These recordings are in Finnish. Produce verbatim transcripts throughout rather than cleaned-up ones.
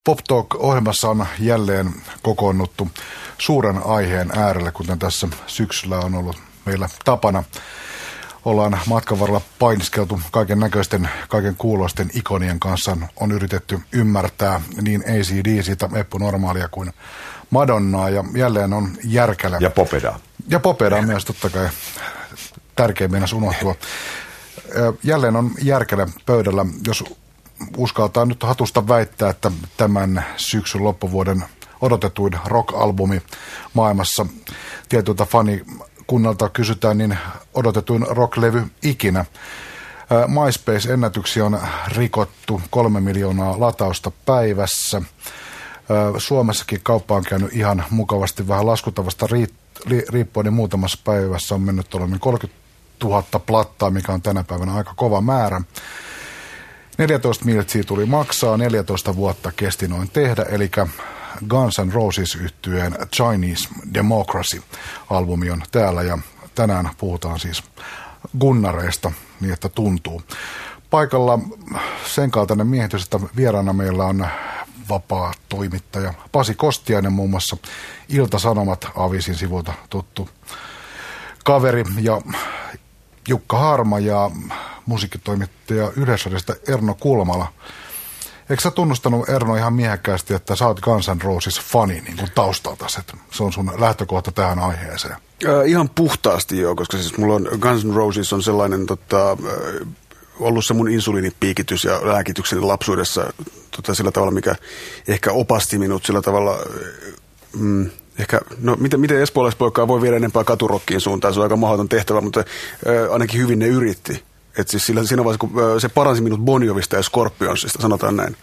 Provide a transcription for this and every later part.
Pop Talk-ohjelmassa on jälleen kokoonnuttu suuren aiheen äärelle, kuten tässä syksyllä on ollut meillä tapana. Ollaan matkan varrella painiskeltu kaiken näköisten, kaiken kuuloisten ikonien kanssa. On yritetty ymmärtää niin A C D C, Eppu Normaalia kuin Madonnaa, ja jälleen on Järkälä. Ja Popedaa. Ja Popedaa myös, totta kai. Tärkein mennä unohtua. Jälleen on Järkälä pöydällä, jos uskaltaa nyt hatusta väittää, että tämän syksyn loppuvuoden odotetuin rock-albumi maailmassa tietyltä fanikunnalta kysytään, niin odotetuin rock-levy ikinä. MySpace-ennätyksiä on rikottu kolme miljoonaa latausta päivässä. Suomessakin kauppa on käynyt ihan mukavasti vähän laskutavasta riippuen, niin muutamassa päivässä on mennyt tuolla kolmekymmentätuhatta plattaa, mikä on tänä päivänä aika kova määrä. neljätoista miltsiä tuli maksaa, neljätoista vuotta kesti noin tehdä, eli Guns N' Roses -yhtyeen Chinese Democracy-albumi on täällä, ja tänään puhutaan siis gunnareista niin, että tuntuu. Paikalla sen kaltainen miehitys, että vieraana meillä on vapaa toimittaja Pasi Kostiainen, muun muassa Ilta-Sanomat Avisin sivulta tuttu kaveri, ja Jukka Harma ja musiikkitoimittaja Yleisradiosta Erno Kulmala. Eikö sä tunnustanut, Erno, ihan miehekkäästi, että sä oot Guns N' Roses-fani niin kuin taustalta, että se on sun lähtökohta tähän aiheeseen? Äh, ihan puhtaasti joo, koska siis mulla on Guns N' Roses on sellainen tota, äh, ollut se mun insuliinipiikitys ja lääkitykseni lapsuudessa tota, sillä tavalla, mikä ehkä opasti minut sillä tavalla. Äh, mm, Ehkä, no miten, miten espoolaispoikaa voi viedä enempää katurokkiin suuntaan, se on aika mahdoton tehtävä, mutta äh, ainakin hyvin ne yritti. Että siis sillä, siinä vaiheessa, kun äh, se paransi minut Bon Jovista ja Scorpionsista, sanotaan näin.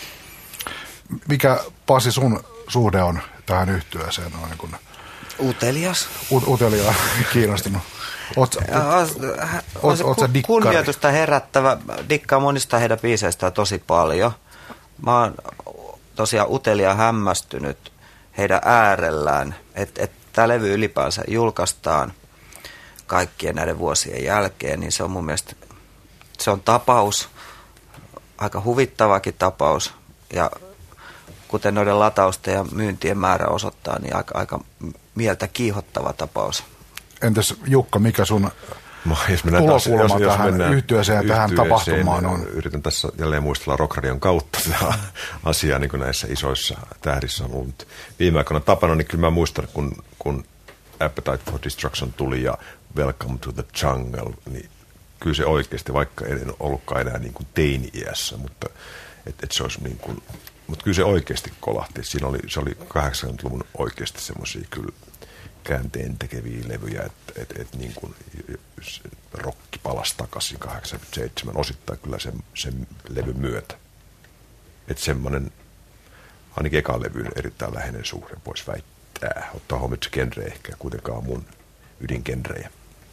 Mikä, Pasi, sun suhde on tähän yhtyeeseen? Niin kun... Utelias. U- utelias, kiinnostunut. Oot, on se ku, kunnioitusta herättävä, dikkaa monista heidän biiseistä tosi paljon. Mä oon tosiaan utelia hämmästynyt heidän äärellään, että et tämä levy ylipäänsä julkaistaan kaikkien näiden vuosien jälkeen, niin se on mun mielestä, se on tapaus, aika huvittavakin tapaus, ja kuten noiden latausten ja myyntien määrä osoittaa, niin aika, aika mieltä kiihottava tapaus. Entäs Jukka, mikä sun tulokulma tähän yhtyeeseen ja tähän tapahtumaan on? Yritän tässä jälleen muistella Rock Radion kautta tätä asiaa, niin kuin näissä isoissa tähdissä on ollut viime aikoina tapana, niin kyllä mä muistan, kun, kun Appetite for Destruction tuli ja Welcome to the Jungle, niin kyllä se oikeasti, vaikka ei ollutkaan enää niin kuin teini-iässä, mutta et, et se olisi niin kuin, mutta kyllä se oikeasti kolahti. Siinä oli, se oli kahdeksankymmentäluvun oikeasti semmoisia kyllä käänteen tekeviä levyjä, että et, et niin kuin rokki palasi takaisin kahdeksankymmentäseitsemän osittain kyllä sen, sen levyn myötä. Että semmoinen, ainakin ekan levyyn erittäin läheinen suhde voisi väittää. Ottaa huomioon, että se genre ehkä kuitenkaan mun ydingenrejä.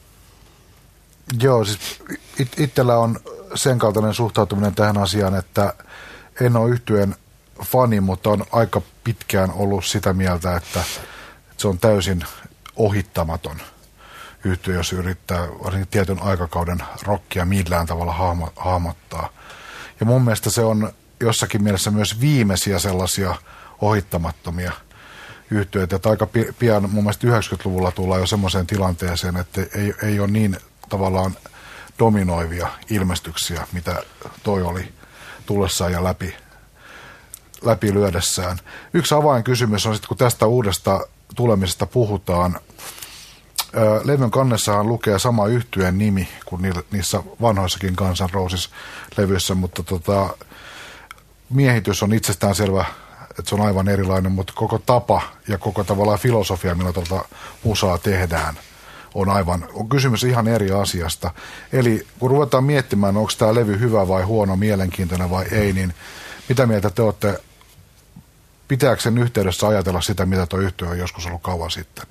Joo, siis it, itsellä on sen kaltainen suhtautuminen tähän asiaan, että en ole yhtyeen fani, mutta on aika pitkään ollut sitä mieltä, että se on täysin ohittamaton yhtye, jos yrittää varsinkin tietyn aikakauden rockia millään tavalla hahmo, hahmottaa. Ja mun mielestä se on jossakin mielessä myös viimeisiä sellaisia ohittamattomia yhtyeitä, että aika pian mun mielestä yhdeksänkymmentäluvulla tullaan jo semmoiseen tilanteeseen, että ei, ei ole niin tavallaan dominoivia ilmestyksiä, mitä toi oli tullessaan ja läpi, läpi lyödessään. Yksi avainkysymys on sitten, kun tästä uudesta tulemisesta puhutaan. Levyn kannessahan lukee sama yhtyeen nimi kuin niissä vanhoissakin Guns N' Roses-levyissä, mutta tota, miehitys on itsestään selvä, että se on aivan erilainen, mutta koko tapa ja koko tavallaan filosofia, millä tuota musaa tehdään, on aivan, on kysymys ihan eri asiasta. Eli kun ruvetaan miettimään, onko tämä levy hyvä vai huono, mielenkiintoinen vai ei, niin mitä mieltä te olette? Pitääkö sen yhteydessä ajatella sitä, mitä tuo yhtye on joskus ollut kauan sitten?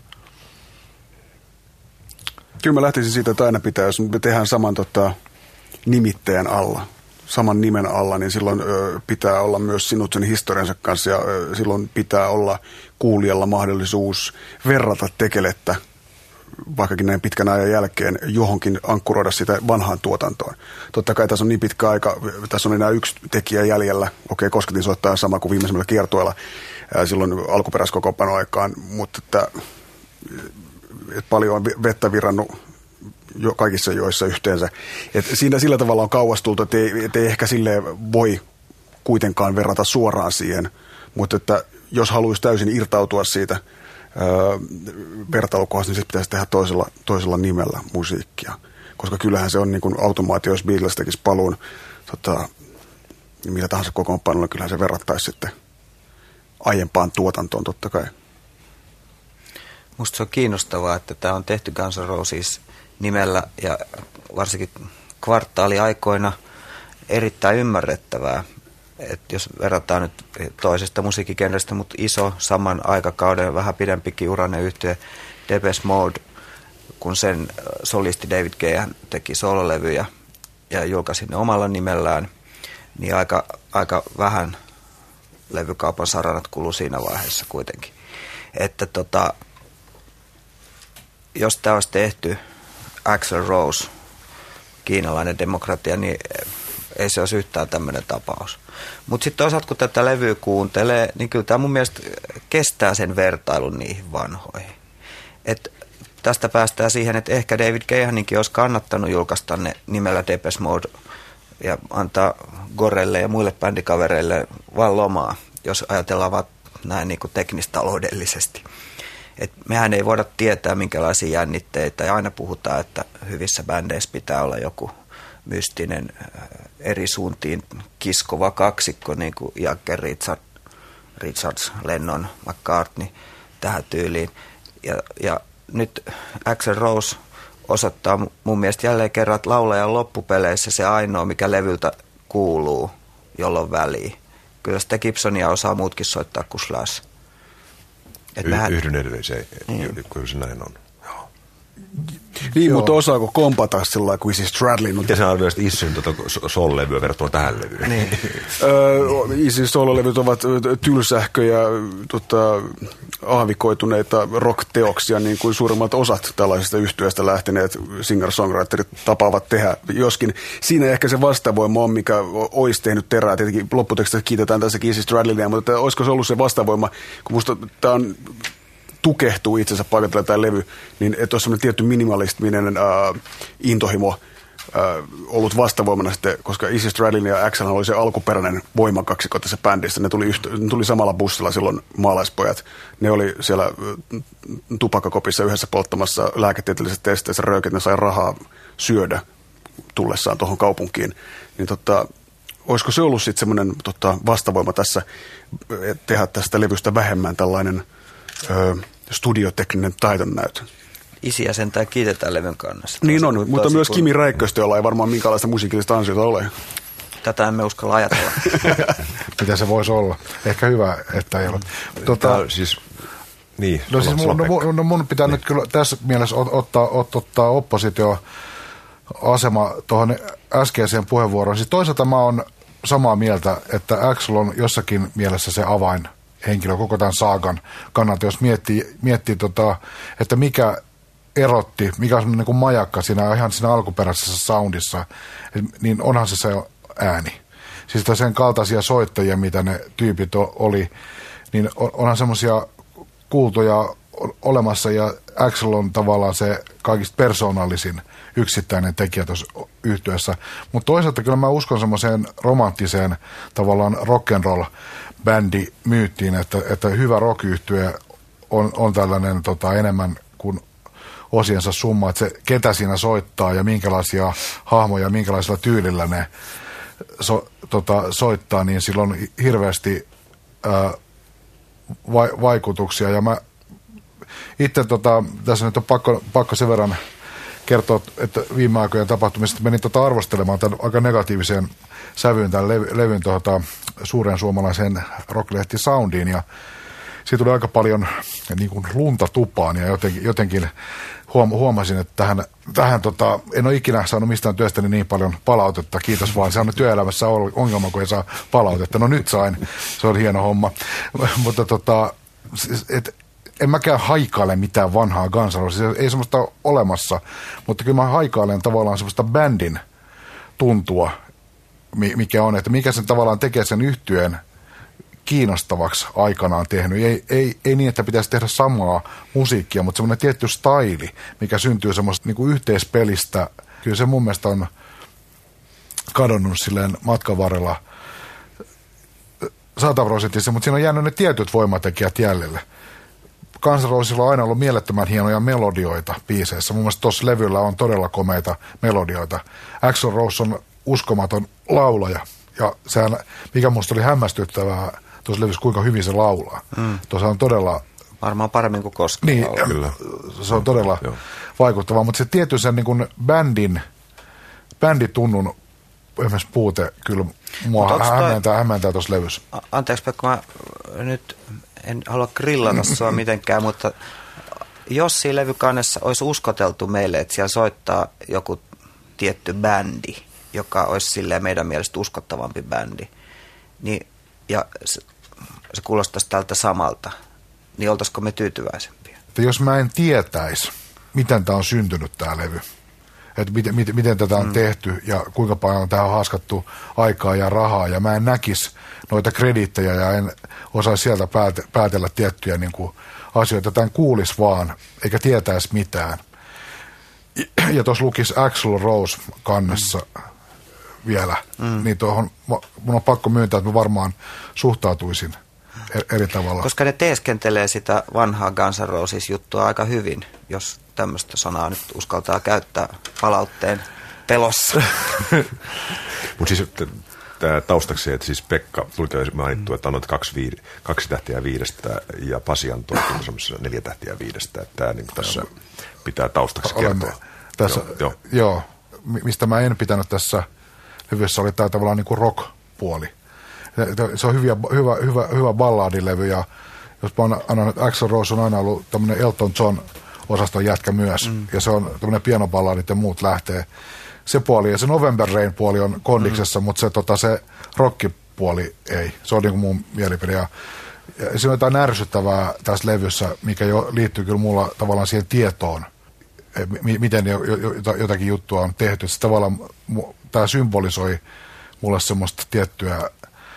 Kyllä mä lähtisin siitä, että aina pitää, jos me tehdään saman tota, nimittäjän alla, saman nimen alla, niin silloin ö, pitää olla myös sinut sen historiansa kanssa, ja ö, silloin pitää olla kuulijalla mahdollisuus verrata tekelettä vaikkakin näin pitkän ajan jälkeen johonkin ankkuroida sitä vanhaan tuotantoon. Totta kai tässä on niin pitkä aika, tässä on enää yksi tekijä jäljellä. Okei, Kosketin soittaa sama kuin viimeisellä kiertueella silloin alkuperäiskokoonpanon aikaan, mutta että, että paljon on vettä virannut jo kaikissa joissa yhteensä. Et siinä sillä tavalla on kauas tultu, että ei, et ei ehkä silleen voi kuitenkaan verrata suoraan siihen, mutta että jos haluaisi täysin irtautua siitä öö, vertailukohdasta, niin sitten pitäisi tehdä toisella, toisella nimellä musiikkia. Koska kyllähän se on niin kuin automaatio, jos Beatles tekisi paluun tota, niin mitä tahansa kokoonpanolla, kyllähän se verrattaisi sitten aiempaan tuotantoon totta kai. Musta se on kiinnostavaa, että tämä on tehty Guns N' Roses nimellä ja varsinkin kvartaaliaikoina erittäin ymmärrettävää. Että jos verrataan nyt toisesta musiikkigenrestä, mutta iso saman aikakauden vähän pidempikin urainen yhtye Depeche Mode, kun sen solisti David Gahan teki sololevyjä ja julkaisi ne omalla nimellään, niin aika, aika vähän levykaupan saranat kului siinä vaiheessa kuitenkin. Että tota, jos tämä olisi tehty Axl Rose, kiinalainen demokratia, niin ei se olisi yhtään tämmöinen tapaus. Mutta sitten toisaalta, kun tätä levyä kuuntelee, niin kyllä tämä mun mielestä kestää sen vertailun niihin vanhoihin. Et tästä päästään siihen, että ehkä David Gahaninkin olisi kannattanut julkaista ne nimellä Depeche Mode ja antaa Gorelle ja muille bändikavereille vaan lomaa, jos ajatellaan vaan näin niin kuin teknistaloudellisesti. Et mehän ei voida tietää, minkälaisia jännitteitä, ja aina puhutaan, että hyvissä bändeissä pitää olla joku mystinen eri suuntiin kiskova kaksikko, niin kuin Jagger, Richard, Richards, Lennon, McCartney tähän tyyliin. Ja, ja nyt Axl Rose osoittaa mun mielestä jälleen kerran, että laulajan loppupeleissä se ainoa, mikä levyltä kuuluu, jolloin väliin. Kyllä sitä Gibsonia osaa muutkin soittaa kuin Slash. Y- mehän... Yhdyn edelleen, se, niin. Kyllä se näin on. Niin, joo. Mutta osaako kompata sillä kuin Izzy Stradlin? Miten sä arvioisit Izzyn tuota sol-levyä verrattuna tähän levyyn? Niin. Izzyn sololevyt ovat tylsähköjä, tota, aavikoituneita rock-teoksia, niin kuin suurimmat osat tällaisista yhtyeistä lähteneet singer-songwriterit tapaavat tehdä. Joskin siinä ehkä se vastavoima on, mikä olisi tehnyt terää. Tietenkin lopputekstistä kiitetään tässäkin Izzy Stradlinia, mutta olisiko se ollut se vastavoima, kun musta tämä on... tukehtuu itsensä paikalla tämä levy, niin että olisi sellainen tietty minimalistinen äh, intohimo äh, ollut vastavoimana sitten, koska Izzy Stradlin ja Axl oli se alkuperäinen voimakaksikko tässä bändissä. Ne tuli, yhtä, ne tuli samalla bussilla silloin maalaispojat. Ne oli siellä äh, tupakkakopissa yhdessä polttamassa lääketieteellisessä testeissä röökit, ne sai rahaa syödä tullessaan tuohon kaupunkiin. Niin tota, olisiko se ollut sitten semmoinen tota, vastavoima tässä, tehdä tästä levystä vähemmän tällainen Öö, studiotekninen taidonnäytö. Isiä sentään kiitetään levyn kannassa. Niin on, mutta myös kun... Kimi Räikköstä, jolla ei varmaan minkäänlaista musiikillista ansiota ole. Tätä emme uskalla ajatella. Mitä se voisi olla? Ehkä hyvä, että ei ole. Tota, siis, niin, no, siis mun, no, no mun pitää niin. nyt kyllä tässä mielessä ottaa, ottaa oppositioasema tuohon äskeiseen puheenvuoroon. Siis toisaalta mä oon samaa mieltä, että Axl on jossakin mielessä se avain henkilö koko tämän saagan kannalta, jos miettii, miettii tota, että mikä erotti, mikä on niin kuin majakka siinä ihan siinä alkuperäisessä soundissa, niin onhan se se ääni. Siis sen kaltaisia soittajia, mitä ne tyypit oli, niin onhan semmoisia kuultoja olemassa, ja Axl on tavallaan se kaikista persoonallisin yksittäinen tekijä tuossa yhtyeessä. Mutta toisaalta kyllä mä uskon semmoiseen romanttiseen tavallaan rock'n'roll bändi myyttiin, että, että hyvä rock-yhtye on, on tällainen tota, enemmän kuin osiensa summa, että se ketä siinä soittaa ja minkälaisia hahmoja, minkälaisella tyylillä ne so, tota, soittaa, niin sillä on hirveästi ää, va, vaikutuksia. Ja mä itse tota, tässä nyt on pakko, pakko sen verran kertoa, että viime aikojen tapahtumista menin tota arvostelemaan tämän aika negatiiviseen sävyyn tämän levy, levyn tuota, suuren suomalaiseen rocklehti Soundiin, ja siitä tuli aika paljon niin kuin lunta tupaan, ja jotenkin, jotenkin huom, huomasin, että tähän, tähän tota, en ole ikinä saanut mistään työstäni niin paljon palautetta, kiitos vaan, se on työelämässä ongelma, kun ei saa palautetta. No nyt sain, se on hieno homma, mutta tota, et, en mäkään haikaile mitään vanhaa Guns N' Roses, ei semmoista ole olemassa, mutta kyllä mä haikailen tavallaan semmoista bändin tuntua, mikä on, että mikä sen tavallaan tekee sen yhtyeen kiinnostavaksi aikanaan tehnyt. Ei, ei, ei niin, että pitäisi tehdä samaa musiikkia, mutta semmoinen tietty staili, mikä syntyy semmoista niin kuin yhteispelistä. Kyllä se mun mielestä on kadonnut silleen matkan varrella sataprosenttisesti, mutta siinä on jäänyt ne tietyt voimatekijät jäljelle. Guns N' Rosesilla on aina ollut mielettömän hienoja melodioita biiseissä. Mun mielestä tuossa levyllä on todella komeita melodioita. Axl Rose on uskomaton laulaja. Ja sehän, mikä musta oli hämmästyttävää tuossa levyssä, kuinka hyvin se laulaa. Mm. Tuossa on todella... Varmaan paremmin kuin koskaan. Niin, kyllä. Se on todella Joo. vaikuttavaa. Mutta se tietty sen niin kuin bändin, bänditunnun esimerkiksi puute kyllä mua hämmentää, toi... hämmentää tuossa levyssä. Anteeksi Pekka, mä nyt en halua grillata sua mitenkään, mutta jos siinä levykannessa olisi uskoteltu meille, että siellä soittaa joku tietty bändi, joka olisi silleen meidän mielestä uskottavampi bändi, niin, ja se, se kuulostaisi tältä samalta, niin oltaisiko me tyytyväisempiä? Että jos mä en tietäisi, miten tämä on syntynyt tämä levy, että miten, miten, miten tätä on mm. tehty ja kuinka paljon tähän on haaskattu aikaa ja rahaa, ja mä en näkisi noita krediittejä ja en osaisi sieltä pääte, päätellä tiettyjä niin kuin asioita, tämän kuulisi vaan, eikä tietäisi mitään. Ja tuossa lukisi Axl Rose kannessa mm. vielä, mm. niin tuohon mun on pakko myöntää, että mä varmaan suhtautuisin eri tavalla. Koska ne teeskentelee sitä vanhaa Guns N' Roses juttua aika hyvin, jos tämmöistä sanaa nyt uskaltaa käyttää palautteen pelossa. Mutta siis tämä taustaksi, että siis Pekka, tuli mainittu, että annoit kaksi, viide, kaksi tähtiä viidestä ja Pasi antoi neljä tähtiä viidestä. Että tämä niin tässä pitää taustaksi kertoa. Tässä, joo, joo. joo, mistä mä en pitänyt tässä levyssä oli tämä tavallaan niin kuin rock-puoli. Se on hyviä, hyvä, hyvä, hyvä balladilevy, ja jos mä annan, että Axl Rose on aina ollut tämmöinen Elton John osaston jätkä myös, mm. ja se on tämmöinen pienoballadit ja muut lähtee. Se puoli, ja se November Rain puoli on kondiksessa, mm. mutta se, tota, se rockipuoli ei. Se on niin kuin mun mielipide. Ja, ja se on jotain ärsyttävää tässä levyssä, mikä jo liittyy kyllä mulla tavallaan siihen tietoon, miten jotakin juttua on tehty. Se tavallaan, tämä symbolisoi mulle semmoista tiettyä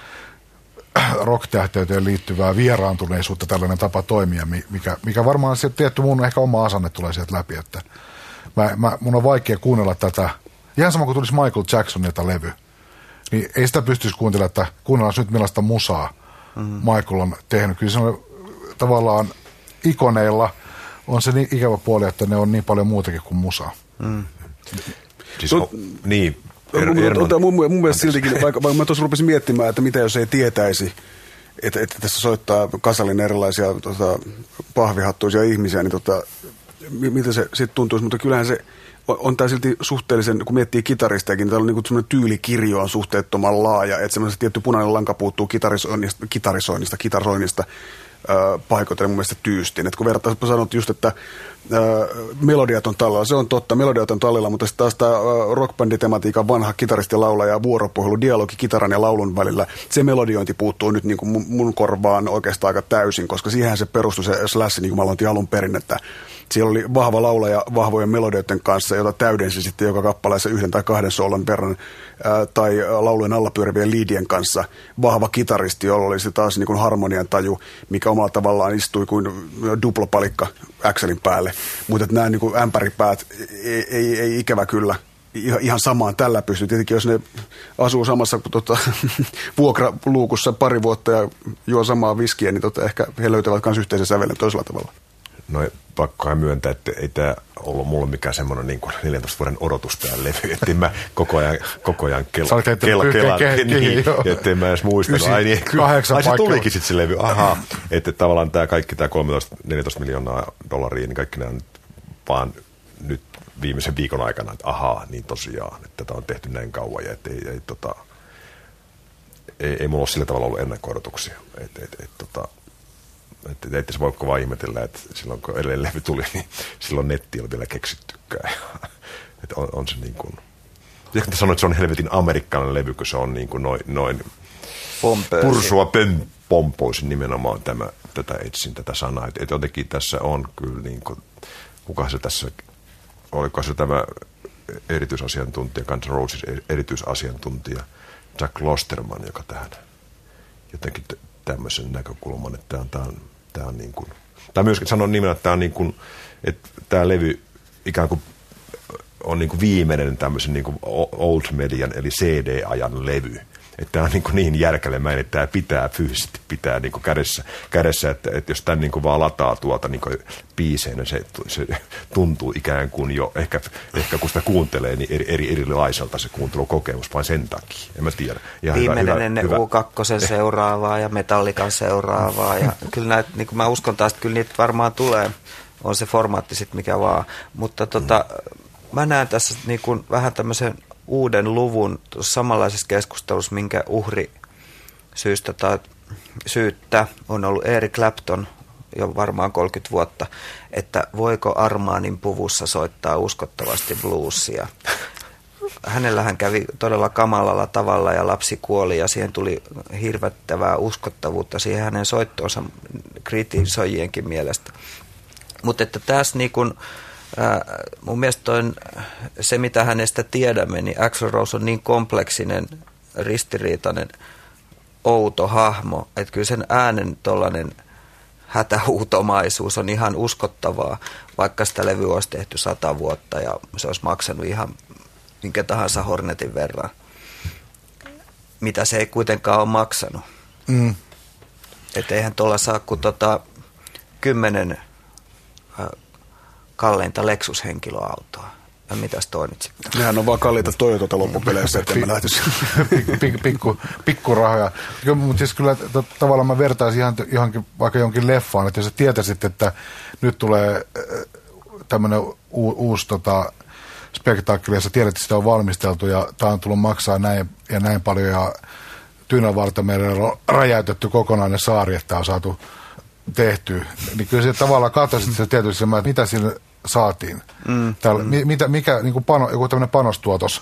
rock-tähteyteen liittyvää vieraantuneisuutta, tällainen tapa toimia, mikä, mikä varmaan se tietty mun ehkä oma asenne tulee sieltä läpi, että mä, mä, mun on vaikea kuunnella tätä, ihan sama kuin tulisi Michael Jacksonilta levy, niin ei sitä pystyisi kuuntelemaan, että kuunnellaan nyt millaista musaa mm-hmm. Michael on tehnyt. Kyllä se on tavallaan ikoneilla on se niin ikävä puoli, että ne on niin paljon muutakin kuin musaa. Mm. Siis o, niin. Er, er, mun, mun mielestä siltikin, vaikka, vaikka mä tuossa rupesin miettimään, että mitä jos ei tietäisi, että, että tässä soittaa kasallin erilaisia tota, pahvihattuisia ihmisiä, niin tota, miltä se sitten tuntuisi, mutta kyllähän se on, on tämä silti suhteellisen, kun miettii kitaristakin, niin täällä on niinku semmoinen tyylikirjo on suhteettoman laaja, että semmoinen tietty punainen lanka puuttuu kitarisoinnista, kitarisoinnista, kitarisoinnista paikoitellen mun mielestä tyystin. Et kun verrataan, sanot just, että ää, melodiat on tallella, se on totta, melodiat on tallella, mutta sitten taas tämä rockbänditematiikan vanha kitaristi, laulaja ja vuoropuhelu, dialogi kitaran ja laulun välillä, se melodiointi puuttuu nyt niin kuin mun, mun korvaan oikeastaan aika täysin, koska siihen se perustui se Slash, niin kuin mä aloitin alun perin, että siellä oli vahva laulaja vahvojen melodioiden kanssa, jota täydensi sitten joka kappaleessa yhden tai kahden soolon verran, ää, tai laulujen alla pyörivien liidien kanssa vahva kitaristi, jolla oli sitten taas niin kuin harmonian taju, mikä omalla tavallaan istui kuin duplopalikka Axelin päälle. Mutta nämä niin kuin ämpäripäät ei, ei, ei ikävä kyllä ihan samaan tällä pysty. Tietenkin jos ne asuu samassa tota, vuokraluukussa pari vuotta ja juo samaa viskiä, niin tota, ehkä he löytävät myös yhteisen sävelen toisella tavalla. No pakkohan myöntää, että ei tämä ollut mulle mikään semmoinen niin kuin neljäntoista vuoden odotus tämä levy, että mä koko ajan, koko ajan kel, kel, kelaan, niin, että en mä edes muistanut. Ai, niin, ai se tulikin sitten se levy, ahaa, että tavallaan tämä kaikki tämä kolmetoista neljätoista miljoonaa dollaria, niin kaikki nämä on vaan nyt viimeisen viikon aikana, että ahaa, niin tosiaan, että tätä on tehty näin kauan ja että ei, ei, tota, ei, ei mulla ole sillä tavalla ollut ennakko-odotuksia, että et, et, tota, Että ette se voi kovaa ihmetellä, että silloin kun edellinen levy tuli, niin silloin netti oli vielä keksittykään. Että on, on se niin kuin... Ehkä te sanoit, että se on helvetin amerikkalainen levy, kun se on niin kuin noin, noin Pompöösi. Pursua pön, pompoisin nimenomaan tämä, tätä etsin, tätä sanaa. Että et jotenkin tässä on kyllä niin kuin, kuka se tässä, oliko se tämä erityisasiantuntija, Guns N' Roses erityisasiantuntija Jack Klosterman, joka tähän jotenkin tämmöisen näkökulman, että tämä on, tämä on, tämä on niin kuin, tai myöskin sanon nimellä, että tämä on niin kuin, että tämä levy ikään kuin on niin kuin viimeinen tämmöisen niin kuin old median eli C D-ajan levy. Että tämä on niin, niin järkelemäinen, että tämä pitää fyysisesti pitää niin kädessä, kädessä että, että jos tämän niin vaan lataa tuolta niin biiseinä, se, se tuntuu ikään kuin jo, ehkä, ehkä kun sitä kuuntelee, niin eri, eri, erilaiselta se kuuntelukokemus, vain sen takia. En mä tiedä. Ihan viimeinen hyvä, ennen hyvä. U kaksi seuraavaa ja Metallican seuraavaa. Ja kyllä näitä, niin kuin mä uskon taas, että kyllä niitä varmaan tulee. On se formaatti sitten mikä vaan. Mutta tota, mm. mä näen tässä niin kuin vähän tämmöisen uuden luvun samanlaisessa keskustelussa, minkä uhri syystä tai syyttä on ollut Eric Clapton jo varmaan kolmekymmentä vuotta, että voiko Armanin puvussa soittaa uskottavasti bluesia. Hänellähän kävi todella kamalalla tavalla ja lapsi kuoli ja siihen tuli hirvettävää uskottavuutta siihen hänen soittoonsa kritisoijienkin mielestä. Mutta että tässä niin kuin Äh, mun mielestä on se, mitä hänestä tiedämme, niin Axl Rose on niin kompleksinen, ristiriitainen, outo hahmo, että kyllä sen äänen tollainen hätähuutomaisuus on ihan uskottavaa, vaikka sitä levyä olisi tehty sata vuotta ja se olisi maksanut ihan minkä tahansa Hornetin verran, mitä se ei kuitenkaan ole maksanut. Mm. Että eihän tuolla saa kuin tota, kymmenen äh, kalleinta Lexus-henkilöautoa. Ja mitäs toi nyt sitten? Nehän on vaan kalliita Toyota loppupeleissä, että mä lähtisin. Pikku, pikku rahoja. Mutta siis kyllä to, tavallaan mä vertaisin ihan, johonkin, vaikka jonkin leffaan, että jos sä tietäisit, että nyt tulee tämmöinen u, uusi tota, spektaakkeli, ja sä tiedät, että sitä on valmisteltu, ja tää on tullut maksaa näin ja näin paljon, ja Tyynänvaltamerellä on räjäytetty kokonainen saari, että on saatu tehty, niin kyllä se tavallaan katsoisit sitä tietysti, että mitä siinä saatiin. Mm, Täällä, mm. Mitä, mikä niin kuin pano, joku tämmöinen panostuotos.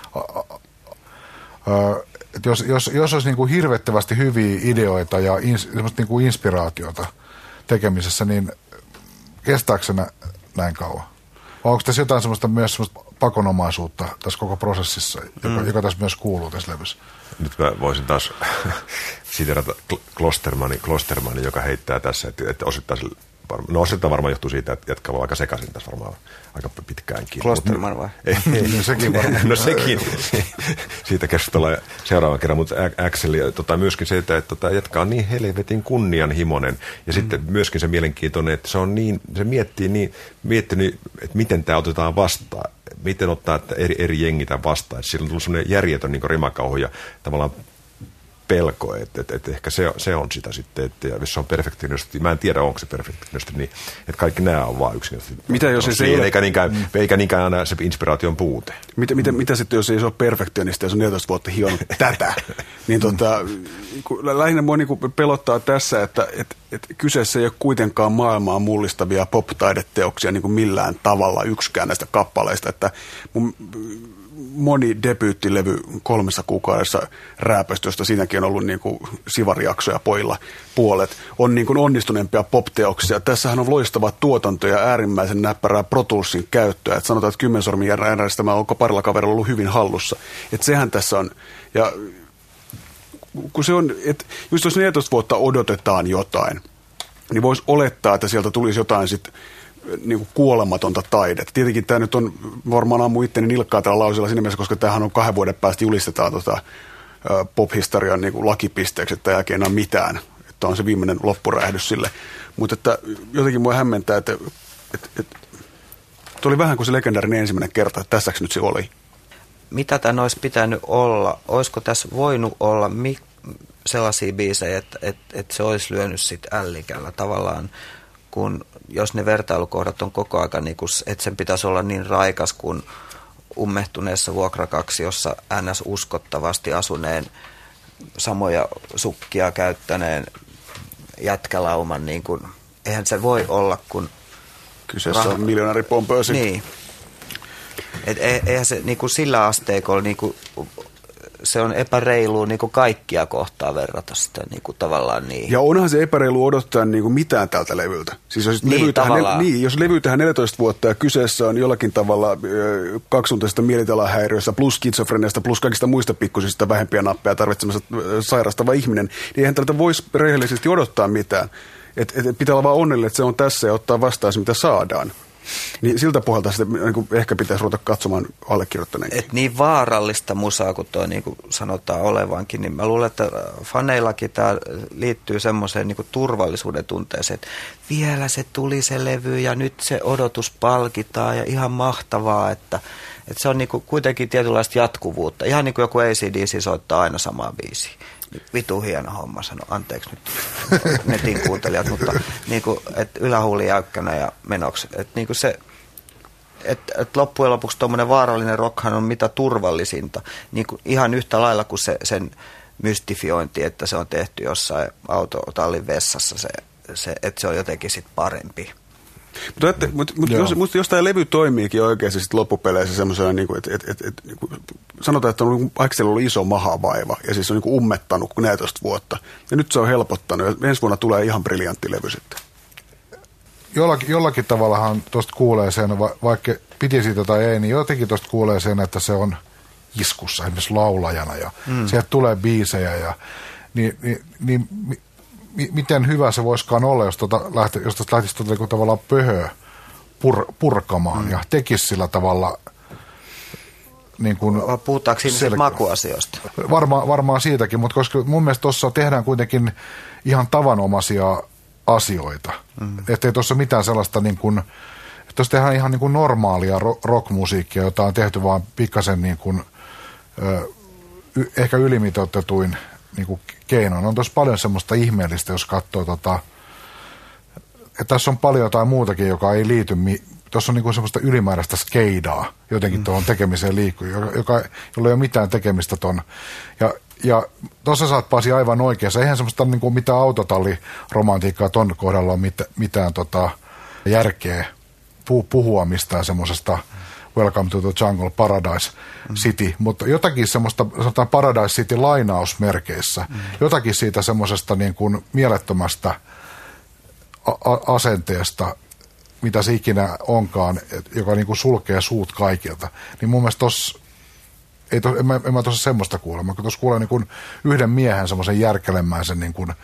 Että jos, jos, jos olisi niin kuin hirvettävästi hyviä ideoita ja ins, niin kuin inspiraatiota tekemisessä, niin kestääkö se nä, näin kauan? Vai onko tässä jotain semmoista, myös semmoista pakonomaisuutta tässä koko prosessissa, joka, mm. joka tässä myös kuuluu tässä levyssä? Nyt mä voisin taas siterata Klostermani, Klostermani, joka heittää tässä, että, että osittain, no osittain varmaan johtuu siitä, että jätkä on aika sekaisin tässä varmaan aika pitkäänkin. Klosterman vai? Ei, no sekin varmaan. No sekin. Siitä keskustellaan seuraavan kerran, mutta Axel, tota, myöskin se, että, että tota, jätkä on niin helvetin kunnianhimoinen ja mm. sitten myöskin se mielenkiintoinen, että se on niin, se miettii niin, miettinyt, että miten tämä otetaan vastaan. Miten ottaa että eri, eri jengi tämän vastaan. Sillä on tullut sellainen järjetön niin rimakauhu ja tavallaan pelko, että, että, että ehkä se, se on sitä sitten, että jos se on perfektionisti, mä en tiedä onko se perfektionisti, niin että kaikki nämä on vaan yksinkertaisesti. Mitä jos ei se ole? Eikä niinkään, mm. eikä niinkään aina se inspiraation puute. Mitä, mitä, mitä sitten jos ei se ole perfektionisti, jos on neljätoista vuotta hionut tätä, niin tota, lähinnä mua niin pelottaa tässä, että et, et kyseessä ei ole kuitenkaan maailmaa mullistavia pop-taideteoksia niin kuin millään tavalla yksikään näistä kappaleista, että mun, moni debyyttilevy kolmessa kuukaudessa rääpästy, josta siinäkin on ollut niin kuin sivarijaksoja pojilla puolet, on niin kuin onnistuneempia pop-teoksia. Tässähän on loistava tuotanto ja äärimmäisen näppärää Pro Toolsin käyttöä. Et sanotaan, että kymmensormin järjestelmä on parilla kaverilla ollut hyvin hallussa. Et sehän tässä on, ja kun se on, että just jos neljätoista vuotta odotetaan jotain, niin voisi olettaa, että sieltä tulisi jotain sitten niin kuin kuolematonta taidetta. Tietenkin tämä nyt on, varmaan ammu itteni nilkkaa tällä lauseella siinä mielessä, koska tämähän on kahden vuoden päästä julistetaan tota, pop-historian niin kuin lakipisteeksi, että ei jälkeen enää mitään. Että on se viimeinen loppuräjähdys sille. Mutta että jotenkin mua hämmentää, että, että, että että oli vähän kuin se legendaarinen ensimmäinen kerta, että tässäksi nyt se oli. Mitä tämän olisi pitänyt olla? Olisiko tässä voinut olla mi- sellaisia biisejä, että, että, että se olisi lyönyt sitten ällikällä tavallaan, kun jos ne vertailukohdat on koko ajan, niin kun, että sen pitäisi olla niin raikas kuin ummehtuneessa vuokrakaksiossa N S uskottavasti asuneen, samoja sukkia käyttäneen jätkälauman, niin kuin, eihän se voi olla, kun kyseessä rah- on miljonääri pompöösi. Niin. Et eihän se niin kuin sillä asteikolla niin kuin se on epäreilua niin kuin kaikkia kohtaa verrata sitä niin kuin tavallaan niihin. Ja onhan se epäreilu odottaa niin kuin mitään tältä levyltä. Siis jos, niin, levy tähän, niin, jos levy tähän neljätoista vuotta ja kyseessä on jollakin tavalla kaksisuuntaisesta mielitilahäiriöstä plus skitsofreniasta plus kaikista muista pikkusista vähempiä nappeja tarvitsemassa sairastava ihminen, niin eihän tältä voisi rehellisesti odottaa mitään. Et, et, pitää olla vaan onnellinen, että se on tässä ja ottaa vastaan se, mitä saadaan. Niin siltä pohjalta sitä niin ehkä pitäisi ruveta katsomaan allekirjoittaneenkin. Et niin vaarallista musaa kuin tuo niin kuin sanotaan olevankin, niin mä luulen, että faneillakin tämä liittyy semmoiseen niin kuin turvallisuuden tunteeseen, että vielä se tuli se levy ja nyt se odotus palkitaan ja ihan mahtavaa, että, että se on niin kuin kuitenkin tietynlaista jatkuvuutta. Ihan niin kuin joku A C D C soittaa aina samaa biisiä. Vitu hieno homma, sano anteeksi nyt netin kuuntelijat, mutta niin kuin, että ylähuuli jäykkänä ja menoksi. Että niin kuin se, että et loppujen lopuksi tuommoinen vaarallinen rockhan on mitä turvallisinta. Niin kuin ihan yhtä lailla kuin se, sen mystifiointi, että se on tehty jossain autotallin vessassa, se, se, että se on jotenkin sit parempi. Mutta mut, mut jos, mut jos tämä levy toimiikin oikeasti sit loppupeleissä semmoisena, niin että et, et, et, niin sanotaan, että on Axelilla ollut iso mahavaiva ja siis on niin ummettanut neljätoista vuotta. Ja nyt se on helpottanut ja ensi vuonna tulee ihan briljantti levy sitten. Jollakin, jollakin tavallahan tuosta kuulee sen, va, vaikka piti siitä tai ei, niin jotenkin tuosta kuulee sen, että se on iskussa esimerkiksi laulajana ja mm. sieltä tulee biisejä ja niin, niin, niin miten hyvä se voisikaan olla, jos tuosta lähti, lähtisi tuota tavallaan pöhöä pur, purkamaan mm. ja tekisi sillä tavalla niin kuin puhutaanko siinä selkeä makuasioista? Varma, varmaan siitäkin, mutta koska mun mielestä tuossa tehdään kuitenkin ihan tavanomaisia asioita. Mm. Että ei tuossa mitään sellaista niin kuin, että tuossa tehdään ihan niin kuin normaalia rockmusiikkia, jota on tehty vaan pikkasen niin kuin, ö, ehkä ylimitoitetuin niin kuin keinoin. On tuossa paljon semmoista ihmeellistä, jos katsoo tota, että tässä on paljon jotain muutakin, joka ei liity, tuossa on niin kuin semmoista ylimääräistä skeidaa jotenkin mm. tuohon tekemiseen liikkuu, joka, jolla ei ole mitään tekemistä ton. Ja, ja tuossa saat Pasi aivan oikeassa, eihän semmoista niin kuin mitään autotalliromantiikkaa ton kohdalla ole mit, mitään tota järkeä puhua mistään semmoisesta Welcome to the Jungle, Paradise mm. City, mutta jotakin semmoista, sanotaan Paradise City lainausmerkeissä, mm. jotakin siitä semmoisesta niin kuin mielettömästä a- asenteesta, mitä se ikinä onkaan, joka niin kuin sulkee suut kaikilta, niin mun mielestä tossa, ei tos, en, mä, en mä tuossa semmoista kuule, mutta tuossa kuulee niin kuin yhden miehen semmoisen järkelemäisen niin kuin